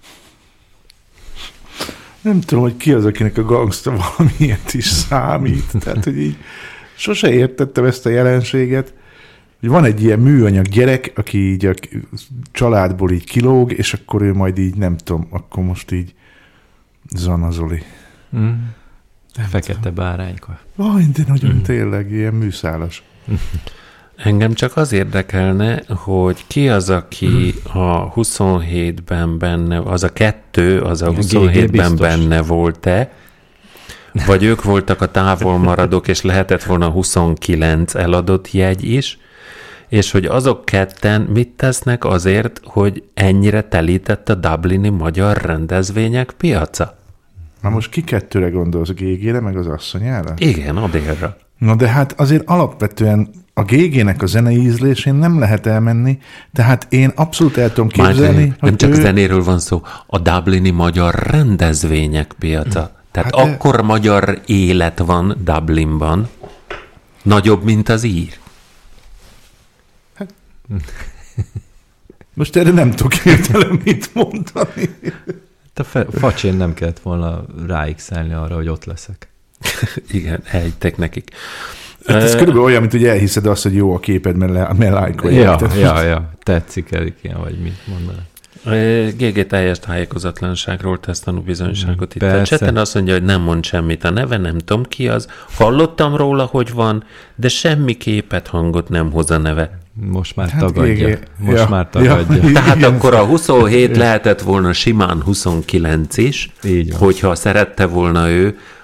Nem tudom, hogy ki az, akinek a Gangsta valamiért is számít. Tehát, hogy így sose értettem ezt a jelenséget, hogy van egy ilyen műanyag gyerek, aki így a családból így kilóg, és akkor ő majd így, nem tudom, akkor most így Zana Zoli. Mm. Fekete bárányka. Vaj, de nagyon mm. tényleg ilyen műszálas. Engem csak az érdekelne, hogy ki az, aki a huszonhétben benne, az a kettő, az a huszonhétben benne volt-e, vagy ők voltak a távolmaradók, és lehetett volna huszonkilenc eladott jegy is, és hogy azok ketten mit tesznek azért, hogy ennyire telített a dublini magyar rendezvények piaca? Na most ki kettőre gondolsz, gé gére, meg az asszonyára? Igen, Adélra. Na de hát azért alapvetően a gé gének a zenei ízlésén nem lehet elmenni, tehát én abszolút el tudom képzelni, Már, hogy nem csak ő... zenéről van szó, a dublini magyar rendezvények piaca. Tehát hát akkor de... magyar élet van Dublinban, nagyobb, mint az ír. Hát... Most erre nem tudok hirtelen mit mondani. A fe- facsén nem kellett volna ráixelni arra, hogy ott leszek. Igen, elhittek nekik. Hát ez uh, körülbelül olyan, mint hogy elhiszed azt, hogy jó a képed, mert, le, mert lájkolják. Ja, ja, ja, tetszik el ilyen, vagy mit mondanak. gé gé teljes tájékozatlanságról tesz tanúbizonyságot itt. Persze. A cseten azt mondja, hogy nem mond semmit a neve, nem tudom ki az. Hallottam róla, hogy van, de semmi képet, hangot nem hoz a neve. Most már hát tagadja. gé gé. Most ja, már tagadja. Ja, Tehát igen. akkor a huszonhét lehetett volna simán huszonkilenc is, Így van. hogyha szerette volna ő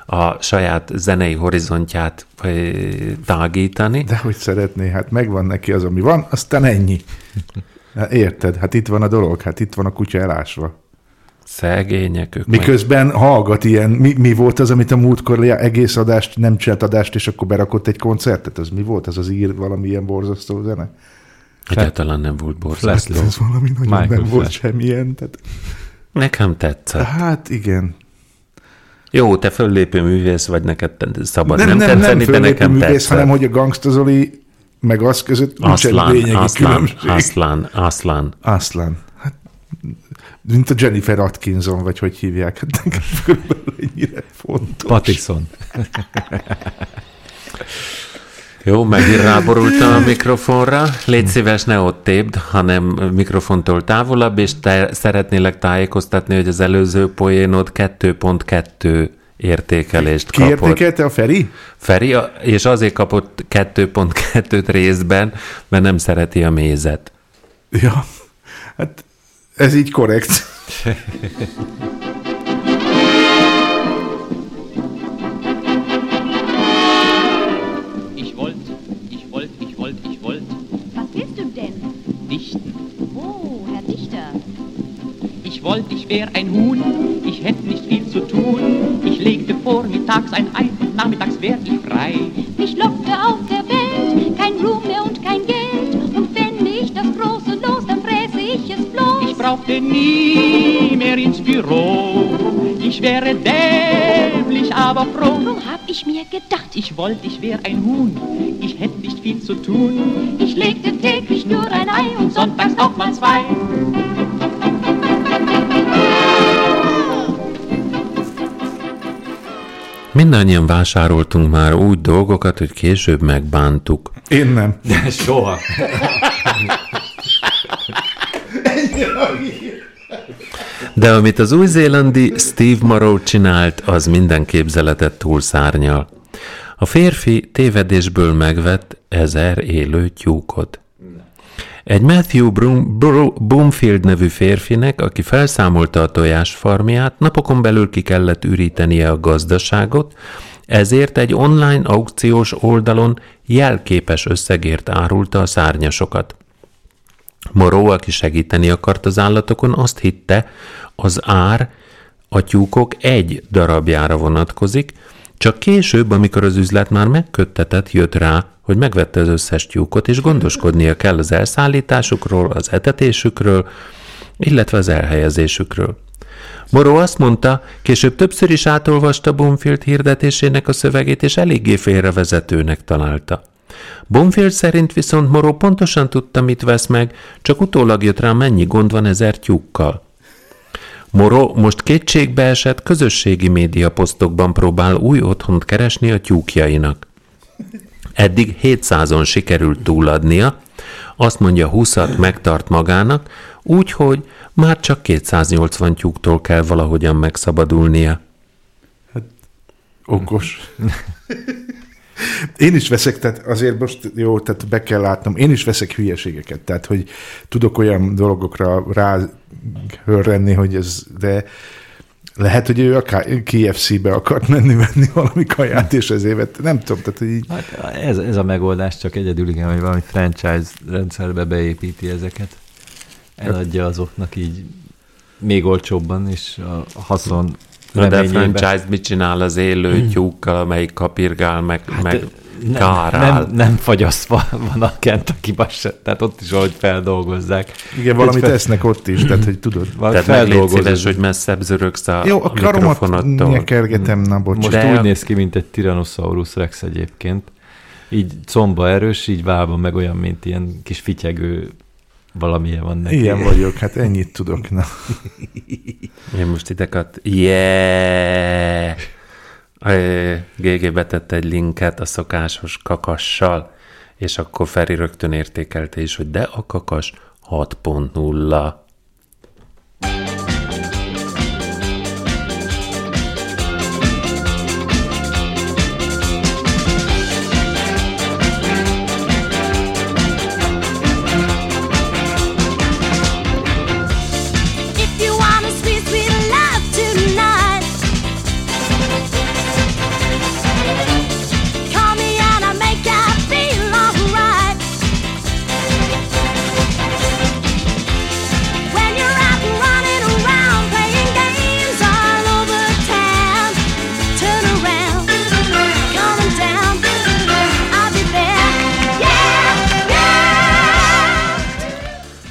a saját zenei horizontját ö, tágítani. De hogy szeretné, hát megvan neki az, ami van, aztán ennyi. Hát érted? Hát itt van a dolog, hát itt van a kutya elásva. Szegények ők. Miközben meg... hallgat ilyen, mi, mi volt az, amit a múltkor egész adást, nem csinált adást, és akkor berakott egy koncertet? Az mi volt? Az az ír valamilyen borzasztó zene? Egyáltalán nem volt borzasztó. Ez valami nagyon Michael nem volt Flash. semmilyen. Tehát... Nekem tetszett. Hát igen. Jó, te föllépő művész vagy, neked szabad Nem, nem, nem, tetszeni, nem de fölépő nekem művész, tetszett. hanem hogy a Gangsta Zoli meg az között nincs egy Aszlán, lényegi Aszlán, különbség. Aszlán, Aszlán. Aszlán. Hát, mint a Jennifer Atkinson, vagy hogy hívják. Hát nekem körülbelül ennyire fontos. Pattison. Jó, megint ráborultam a mikrofonra. Légy szíves, ne ott tépd, hanem mikrofontól távolabb, és te szeretnélek tájékoztatni, hogy az előző poénod kettő pont kettő értékelést Ki kapott. értékelte? A Feri? Feri, és azért kapott kettő pont kettőt részben, mert nem szereti a mézet. Ja, hát ez így korrekt. Ich wollt, ich wollt, ich wollt, ich wollt Was willst du denn? dichten. Oh, Herr Dichter. Ich wollt, ich wär ein Huhn, ich hätt nicht viel zu tun. Ich legte vormittags ein Ei und nachmittags wär ich frei. Mich lockte auf der Welt kein Ruhm mehr und kein Geld. Und fände ich das große Los, dann fräse ich es bloß. Ich brauchte nie mehr ins Büro. Ich wäre dämlich, aber froh. So hab ich mir gedacht. Ich wollt, ich wär ein Huhn, ich hätt nicht viel zu tun. Ich legte täglich nur ein Ei und Sonntags auch mal zwei. Mindannyian vásároltunk már úgy dolgokat, hogy később megbántuk. Én nem. De soha. De amit az új-zélandi Steve Morrow csinált, az minden képzeletet túlszárnyal. A férfi tévedésből megvett ezer élő tyúkot. Egy Matthew Brum, Brum, Bloomfield nevű férfinek, aki felszámolta a tojásfarmját, napokon belül ki kellett ürítenie a gazdaságot, ezért egy online aukciós oldalon jelképes összegért árulta a szárnyasokat. Morrow, aki segíteni akart az állatokon, azt hitte, az ár a tyúkok egy darabjára vonatkozik, csak később, amikor az üzlet már megköttetett, jött rá, hogy megvette az összes tyúkot, és gondoskodnia kell az elszállításukról, az etetésükről, illetve az elhelyezésükről. Morrow azt mondta, később többször is átolvasta Bloomfield hirdetésének a szövegét, és eléggé félrevezetőnek találta. Bloomfield szerint viszont Morrow pontosan tudta, mit vesz meg, csak utólag jött rá, mennyi gond van ezer tyúkkal. Morrow most kétségbe esett közösségi média posztokban próbál új otthont keresni a tyúkjainak. Eddig hétszázon sikerült túladnia, azt mondja, húszat megtart magának, úgyhogy már csak kétszáznyolcvan tyúktól kell valahogyan megszabadulnia. Okos. Én is veszek, tehát azért most jó, tehát be kell látnom, én is veszek hülyeségeket, tehát hogy tudok olyan dolgokra ráhörrenni, hogy ez, de lehet, hogy ő a ká ef cé-be akart menni venni valami kaját, és ezért vett, nem tudom, tehát hogy így... Hát ez, ez a megoldás, csak egyedül igen, hogy valami franchise rendszerbe beépíti ezeket. Eladja azoknak így még olcsóbban, és a haszon Na de a reményében. franchise mit csinál az élő tyúkkal, amelyik kapirgál, meg, Hát, meg nem, kárál? nem, nem fagyasztva van a Kentucky-ban se, tehát ott is valahogy feldolgozzák. Igen, valamit fel- esznek ott is, tehát hogy tudod. Valahogy Tehát meg légy szíves, feldolgozzák. hogy messzebb zörögsz a Jó, a karomat mikrofonattól. nyekergetem, na bocs. Most De- úgy néz ki, mint egy Tyrannosaurus Rex egyébként. Így comba erős, így válban meg olyan, mint ilyen kis fityegő valamilyen van neki. Ilyen vagyok, hát ennyit tudok. Na. Én most idekat, yeah! gé gé betett egy linket a szokásos kakassal, és akkor Feri rögtön értékelte is, hogy de a kakas hat pont nulla. If you want a sweet, sweet love tonight,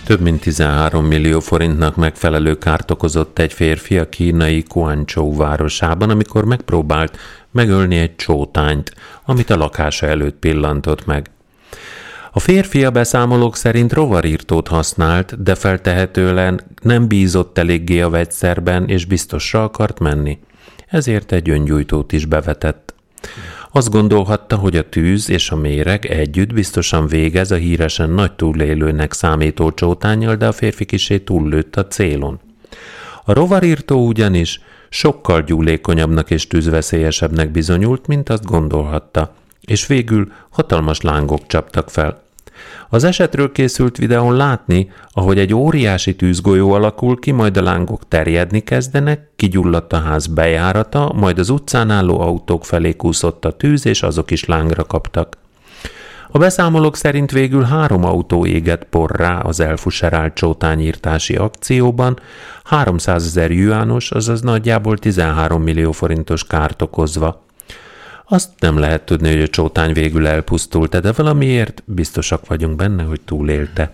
Több mint tizenhárom millió forintnak megfelelő kárt okozott egy férfi a kínai Guangzhou városában, amikor megpróbált megölni egy csótányt, amit a lakása előtt pillantott meg. A férfi a beszámolók szerint rovarírtót használt, de feltehetően nem bízott eléggé a vegyszerben, és biztosra akart menni. Ezért egy öngyújtót is bevetett. Azt gondolhatta, hogy a tűz és a méreg együtt biztosan végez a híresen nagy túlélőnek számító csótánnyal, de a férfi kissé túllőtt a célon. A rovarírtó ugyanis sokkal gyúlékonyabbnak és tűzveszélyesebbnek bizonyult, mint azt gondolhatta, és végül hatalmas lángok csaptak fel. Az esetről készült videón látni, ahogy egy óriási tűzgolyó alakul ki, majd a lángok terjedni kezdenek, kigyulladt a ház bejárata, majd az utcán álló autók felé kúszott a tűz, és azok is lángra kaptak. A beszámolók szerint végül három autó égett porrá az elfuserált csótányírtási akcióban, háromszázezer juános, azaz nagyjából tizenhárom millió forintos kárt okozva. Azt nem lehet tudni, hogy a csótány végül elpusztult, de valamiért biztosak vagyunk benne, hogy túlélte.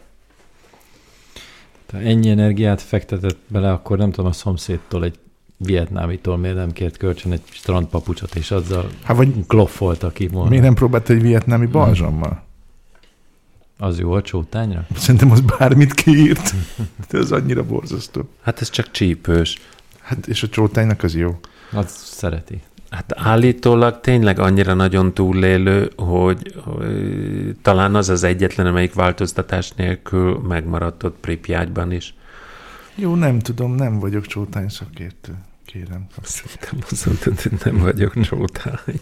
Ha ennyi energiát fektetett bele, akkor nem tudom, a szomszédtól, egy vietnámitól miért nem kért kölcsön egy strandpapucsot, és azzal hát vagy kloffolta ki volna. Miért nem próbált egy vietnámi balzsammal? Az jó a csótányra? Szerintem az bármit kiírt. De ez annyira borzasztó. Hát ez csak csípős. Hát és a csótánynak az jó. Az szereti. Hát állítólag tényleg annyira nagyon túlélő, hogy, hogy talán az az egyetlen, amelyik változtatás nélkül megmaradt ott Pripyatban is. Jó, nem tudom, nem vagyok csótány szakértő. Kérem. Szerintem azt mondtad, hogy nem vagyok csótány.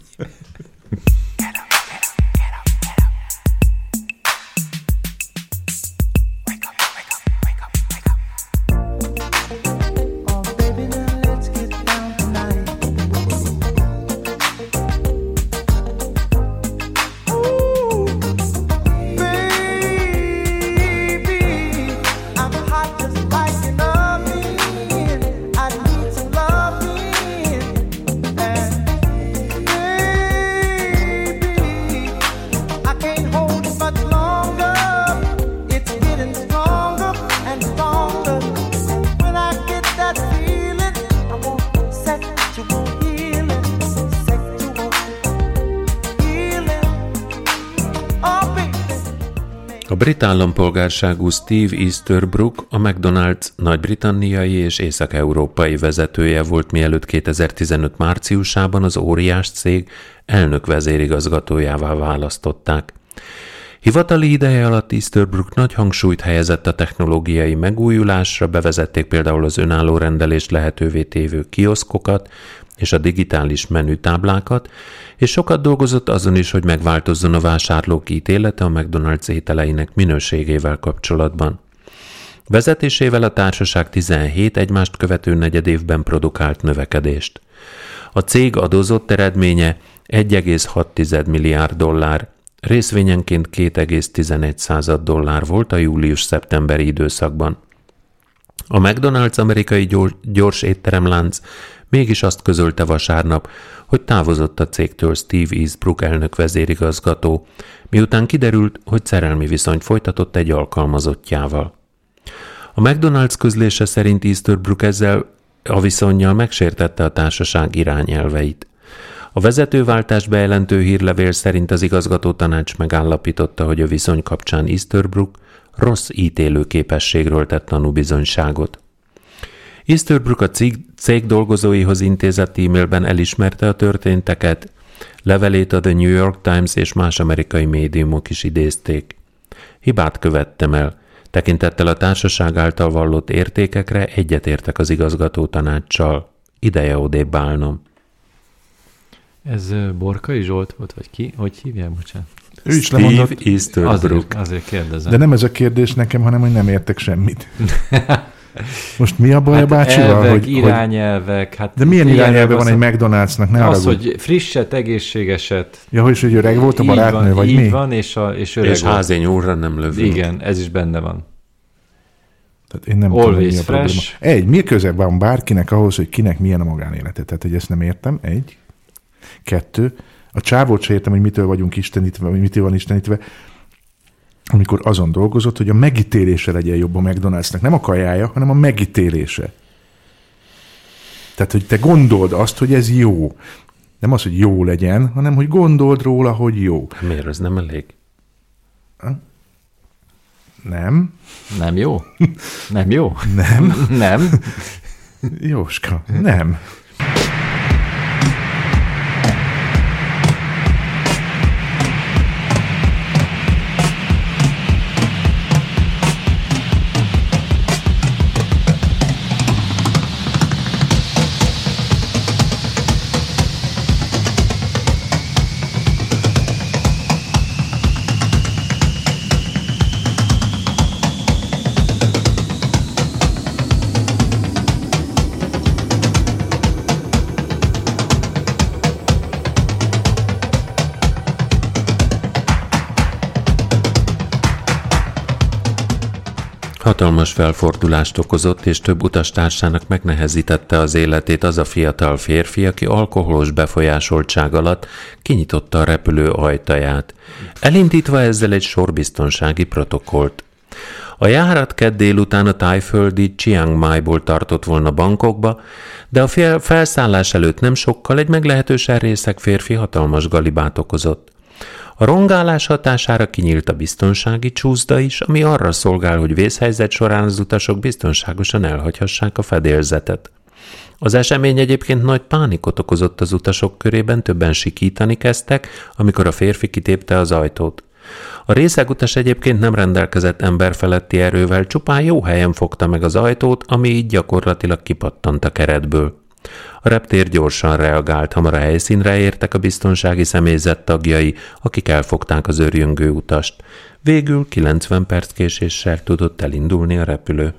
A brit állampolgárságú Steve Easterbrook a McDonald's nagy-britanniai és észak-európai vezetője volt, mielőtt kétezer-tizenöt márciusában az óriás cég elnök vezérigazgatójává választották. Hivatali ideje alatt Easterbrook nagy hangsúlyt helyezett a technológiai megújulásra, bevezették például az önálló rendelést lehetővé tévő kioszkokat és a digitális menütáblákat, és sokat dolgozott azon is, hogy megváltozzon a vásárlók ítélete a McDonald's ételeinek minőségével kapcsolatban. Vezetésével a társaság tizenhét egymást követő negyedévben produkált növekedést. A cég adózott eredménye egy egész hat milliárd dollár, részvényenként két egész tizenegy dollár volt a július-szeptemberi időszakban. A McDonald's amerikai gyors étteremlánc mégis azt közölte vasárnap, hogy távozott a cégtől Steve Easterbrook elnök vezérigazgató, miután kiderült, hogy szerelmi viszonyt folytatott egy alkalmazottjával. A McDonald's közlése szerint Easterbrook ezzel a viszonnyal megsértette a társaság irányelveit. A vezetőváltást bejelentő hírlevél szerint az igazgatótanács megállapította, hogy a viszony kapcsán Easterbrook rossz ítélőképességről tett tanúbizonyságot. Easterbrook a cég dolgozóihoz intézett e-mailben elismerte a történteket, levelét a The New York Times és más amerikai médiumok is idézték. Hibát követtem el, tekintettel a társaság által vallott értékekre egyetértek az igazgatótanácssal. Ideje odébb állnom. Ez Borkai Zsolt volt, vagy ki? Hogy hívják, bocsánat? Ő is lemondott. Easterbrook. Azért, azért kérdezem. De nem ez a kérdés nekem, hanem hogy nem értek semmit. Most mi a baj hát a bácsival? Elvek, hogy, irányelvek. Hát de milyen irányelve van az, egy McDonald'snak? Ne az, haragudj. hogy frisset, egészségeset. Ja, hogy, hogy öreg volt a barátnő, van, vagy így mi? van, és, a, és öreg És volt. házi nyúlra nem lövünk. Igen, ez is benne van. Tehát én nem Always tudom, mi a fresh. probléma. Egy, mi köze van bárkinek ahhoz, hogy kinek milyen a magánélete? Tehát, hogy ezt nem értem. Egy. Kettő. A csávót se értem, hogy mitől vagyunk istenítve, vagy mitől van istenítve. amikor azon dolgozott, hogy a megítélése legyen jobb a McDonald'snak. Nem a kajája, hanem a megítélése. Tehát, hogy te gondold azt, hogy ez jó. Nem az, hogy jó legyen, hanem, hogy gondold róla, hogy jó. Miért ez nem elég? Nem. Nem jó? Nem jó? Nem. Nem. Jóska, nem. Hatalmas felfordulást okozott, és több utastársának megnehezítette az életét az a fiatal férfi, aki alkoholos befolyásoltság alatt kinyitotta a repülő ajtaját, elindítva ezzel egy sor biztonsági protokollt. A járat kedd délután a tájföldi Chiang Mai-ból tartott volna Bangkokba, de a felszállás előtt nem sokkal egy meglehetősen részeg férfi hatalmas galibát okozott. A rongálás hatására kinyílt a biztonsági csúszda is, ami arra szolgál, hogy vészhelyzet során az utasok biztonságosan elhagyhassák a fedélzetet. Az esemény egyébként nagy pánikot okozott az utasok körében, többen sikítani kezdtek, amikor a férfi kitépte az ajtót. A részegutas egyébként nem rendelkezett emberfeletti erővel, csupán jó helyen fogta meg az ajtót, ami így gyakorlatilag kipattant a keretből. A reptér gyorsan reagált, hamar a helyszínre értek a biztonsági személyzet tagjai, akik elfogták az örjöngő utast. Végül kilencven perc késéssel tudott elindulni a repülő.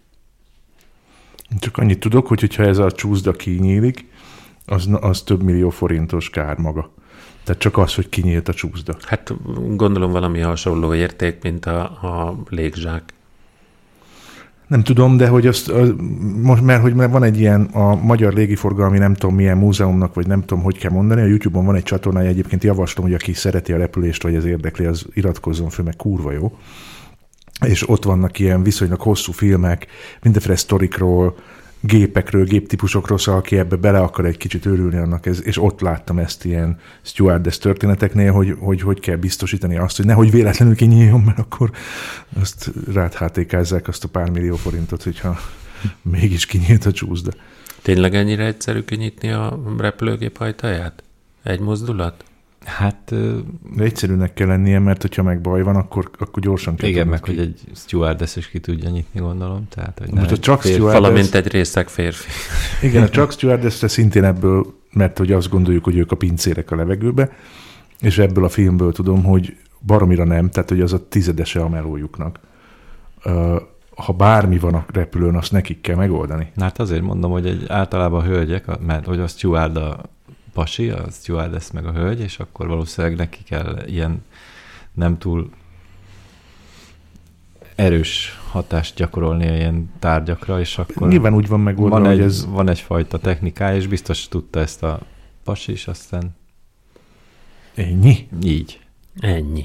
Csak annyit tudok, hogy hogyha ez a csúszda kinyílik, az, az több millió forintos kár maga. Tehát csak az, hogy kinyílt a csúszda. Hát gondolom valami hasonló érték, mint a, a légzsák. Nem tudom, de hogy azt, az, most, mert hogy van egy ilyen a Magyar Légiforgalmi nem tudom milyen múzeumnak, vagy nem tudom, hogy kell mondani, a YouTube-on van egy csatornája, egyébként javaslom, hogy aki szereti a repülést, vagy ez érdekli, az iratkozzon föl, meg kurva jó. És ott vannak ilyen viszonylag hosszú filmek, mindenféle sztorikról, gépekről, géptípusokról, szóval aki ebbe bele akar egy kicsit örülni annak, ez, és ott láttam ezt ilyen stewardess történeteknél, hogy, hogy hogy kell biztosítani azt, hogy nehogy véletlenül kinyíljon, mert akkor azt ráthátékázzák azt a pár millió forintot, hogyha mégis kinyílt a csúszda. Tényleg ennyire egyszerű kinyitni a repülőgép ajtaját? Egy mozdulat? Hát... De egyszerűnek kell lennie, mert hogyha meg baj van, akkor, akkor gyorsan kell. Igen, meg ki. hogy egy stewardess is ki tudja nyitni, gondolom. Tehát, hogy most a csak férfi, stewardess... Valamint egy részeg férfi. Igen, a csak stewardess szintén ebből, mert hogy azt gondoljuk, hogy ők a pincérek a levegőbe, és ebből a filmből tudom, hogy baromira nem, tehát hogy az a tizedese a melójuknak. Ha bármi van a repülőn, azt nekik kell megoldani. Hát azért mondom, hogy egy általában a hölgyek, mert hogy a steward a pasi, a stewardess meg a hölgy, és akkor valószínűleg neki kell ilyen nem túl erős hatást gyakorolni ilyen tárgyakra, és akkor... Nyilván úgy van megoldva, van egy, hogy ez... Van egyfajta technikája, és biztos tudta ezt a pasi, és aztán... Ennyi? Így. Ennyi.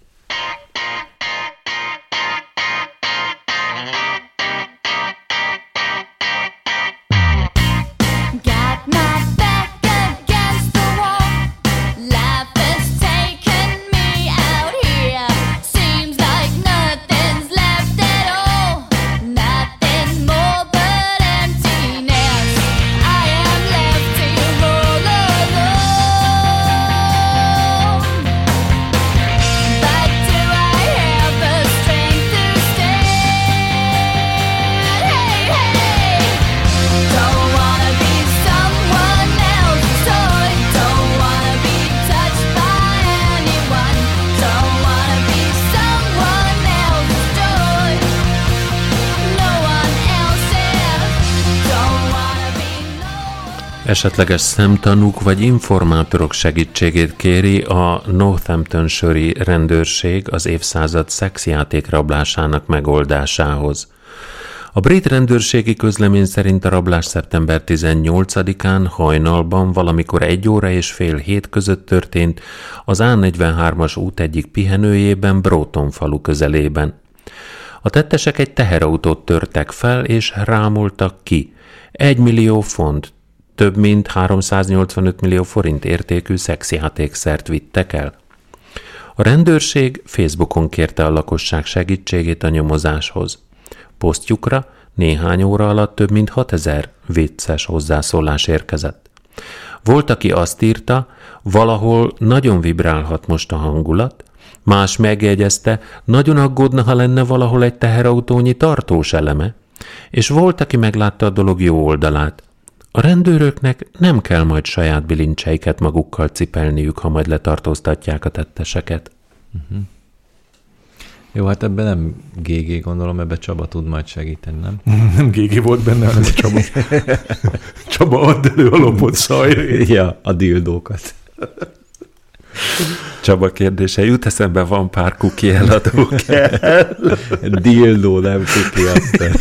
Esetleges szemtanúk vagy informátorok segítségét kéri a Northamptonshire rendőrség az évszázad szexjáték rablásának megoldásához. A brit rendőrségi közlemény szerint a rablás szeptember tizennyolcadikán hajnalban valamikor egy óra és fél hét között történt az á negyvenhármas út egyik pihenőjében, Broughton falu közelében. A tettesek egy teherautót törtek fel és rámoltak ki. Egy millió font, több mint háromszáznyolcvanöt millió forint értékű szexjátékszert vittek el. A rendőrség Facebookon kérte a lakosság segítségét a nyomozáshoz. Posztjukra néhány óra alatt több mint hatezer vicces hozzászólás érkezett. Volt, aki azt írta, valahol nagyon vibrálhat most a hangulat, más megjegyezte, nagyon aggódna, ha lenne valahol egy teherautónyi tartós eleme, és volt, aki meglátta a dolog jó oldalát. A rendőröknek nem kell majd saját bilincseiket magukkal cipelniük, ha majd letartóztatják a tetteseket. Uh-huh. Jó, hát ebben nem gé gé, gondolom, ebben Csaba tud majd segíteni, nem? Nem gé gé volt benne, hanem a Csaba. Csaba, add elő a lopott szajrét. Ja, a dildókat. Csaba kérdése jut eszembe, van pár kuki eladó kell. Dildó, nem kuki aztán.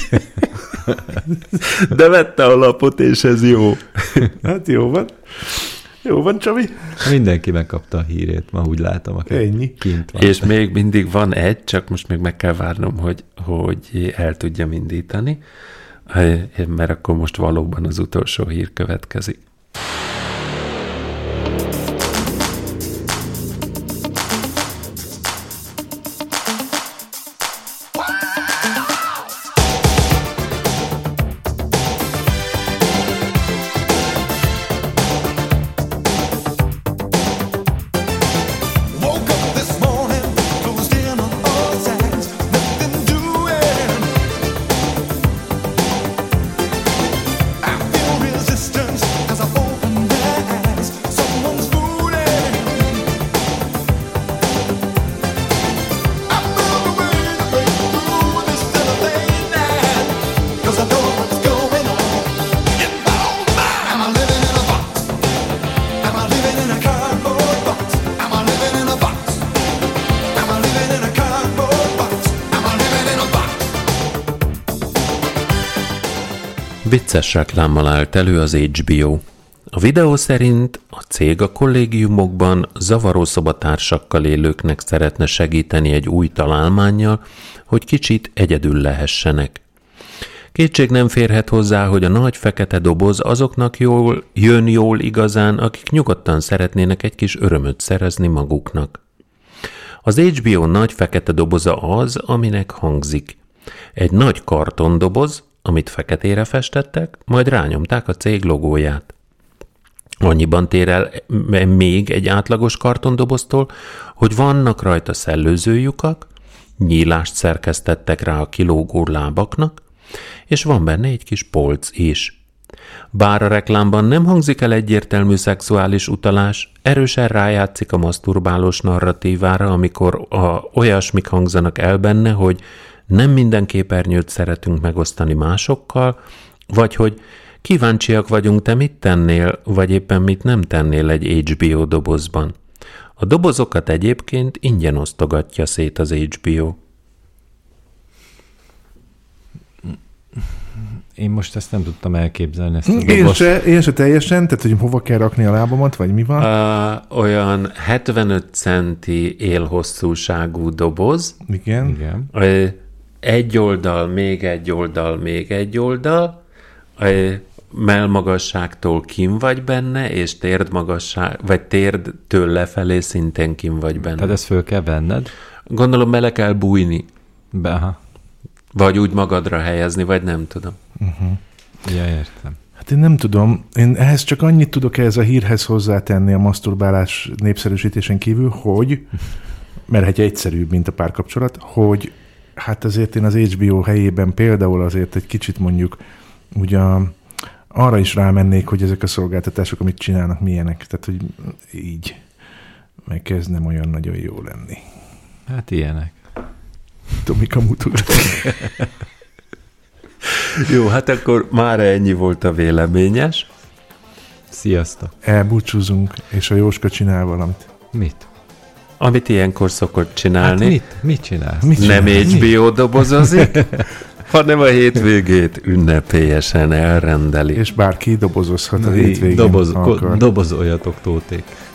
De vette a lapot, és ez jó. Hát jó van. Jó van, Csabi. Mindenki megkapta a hírét, ma úgy látom, aki Ennyi. kint van. És még mindig van egy, csak most még meg kell várnom, hogy, hogy el tudjam indítani, mert akkor most valóban az utolsó hír következik. Vicces reklámmal állt elő az há bé o. A videó szerint a cég a kollégiumokban zavaró szobatársakkal élőknek szeretne segíteni egy új találmánnyal, hogy kicsit egyedül lehessenek. Kétség nem férhet hozzá, hogy a nagy fekete doboz azoknak jól, jön jól igazán, akik nyugodtan szeretnének egy kis örömöt szerezni maguknak. Az há bé o nagy fekete doboza az, aminek hangzik. Egy nagy kartondoboz, amit feketére festettek, majd rányomták a cég logóját. Annyiban tér el még egy átlagos kartondoboztól, hogy vannak rajta szellőzőlyukak, nyílást szerkesztettek rá a kilógó lábaknak, és van benne egy kis polc is. Bár a reklámban nem hangzik el egyértelmű szexuális utalás, erősen rájátszik a maszturbálós narratívára, amikor a, olyasmik hangzanak el benne, hogy nem minden képernyőt szeretünk megosztani másokkal, vagy hogy kíváncsiak vagyunk, te mit tennél, vagy éppen mit nem tennél egy há bé o dobozban. A dobozokat egyébként ingyen osztogatja szét az há bé o. Én most ezt nem tudtam elképzelni. Ezt a én, se, én se teljesen, tehát hogy hova kell rakni a lábamat, vagy mi van? Uh, olyan hetvenöt centi élhosszúságú doboz. Igen. Igen. Uh, egy oldal, még egy oldal, még egy oldal. Uh, mellmagasságtól kim vagy benne, és térdmagasság, vagy térdtől lefelé szintén kim vagy benne. Tehát ezt föl kell venned? Gondolom, bele kell bújni. Be, aha. Vagy úgy magadra helyezni, vagy nem tudom. Uh-huh. Ja, értem. Hát én nem tudom. Én ehhez csak annyit tudok ehhez a hírhez hozzátenni a maszturbálás népszerűsítésen kívül, hogy, mert egy egyszerűbb, mint a párkapcsolat, hogy hát azért én az há bé o helyében például azért egy kicsit mondjuk ugye arra is rámennék, hogy ezek a szolgáltatások, amit csinálnak, milyenek. Tehát, hogy így meg kezd olyan nagyon jó lenni. Hát ilyenek. Tomika mutogat. Jó, hát akkor már ennyi volt a véleményes. Sziasztok. Elbúcsúzunk, és a Jóska csinál valamit. Mit? Amit ilyenkor szokott csinálni. Hát mit? Mit csinálsz? Mit Nem csinál? há bé o dobozozik, hanem a hétvégét ünnepélyesen elrendeli. És bárki dobozozhat a hétvégén, Doboz, ha akar. dobozoljatok, tóték.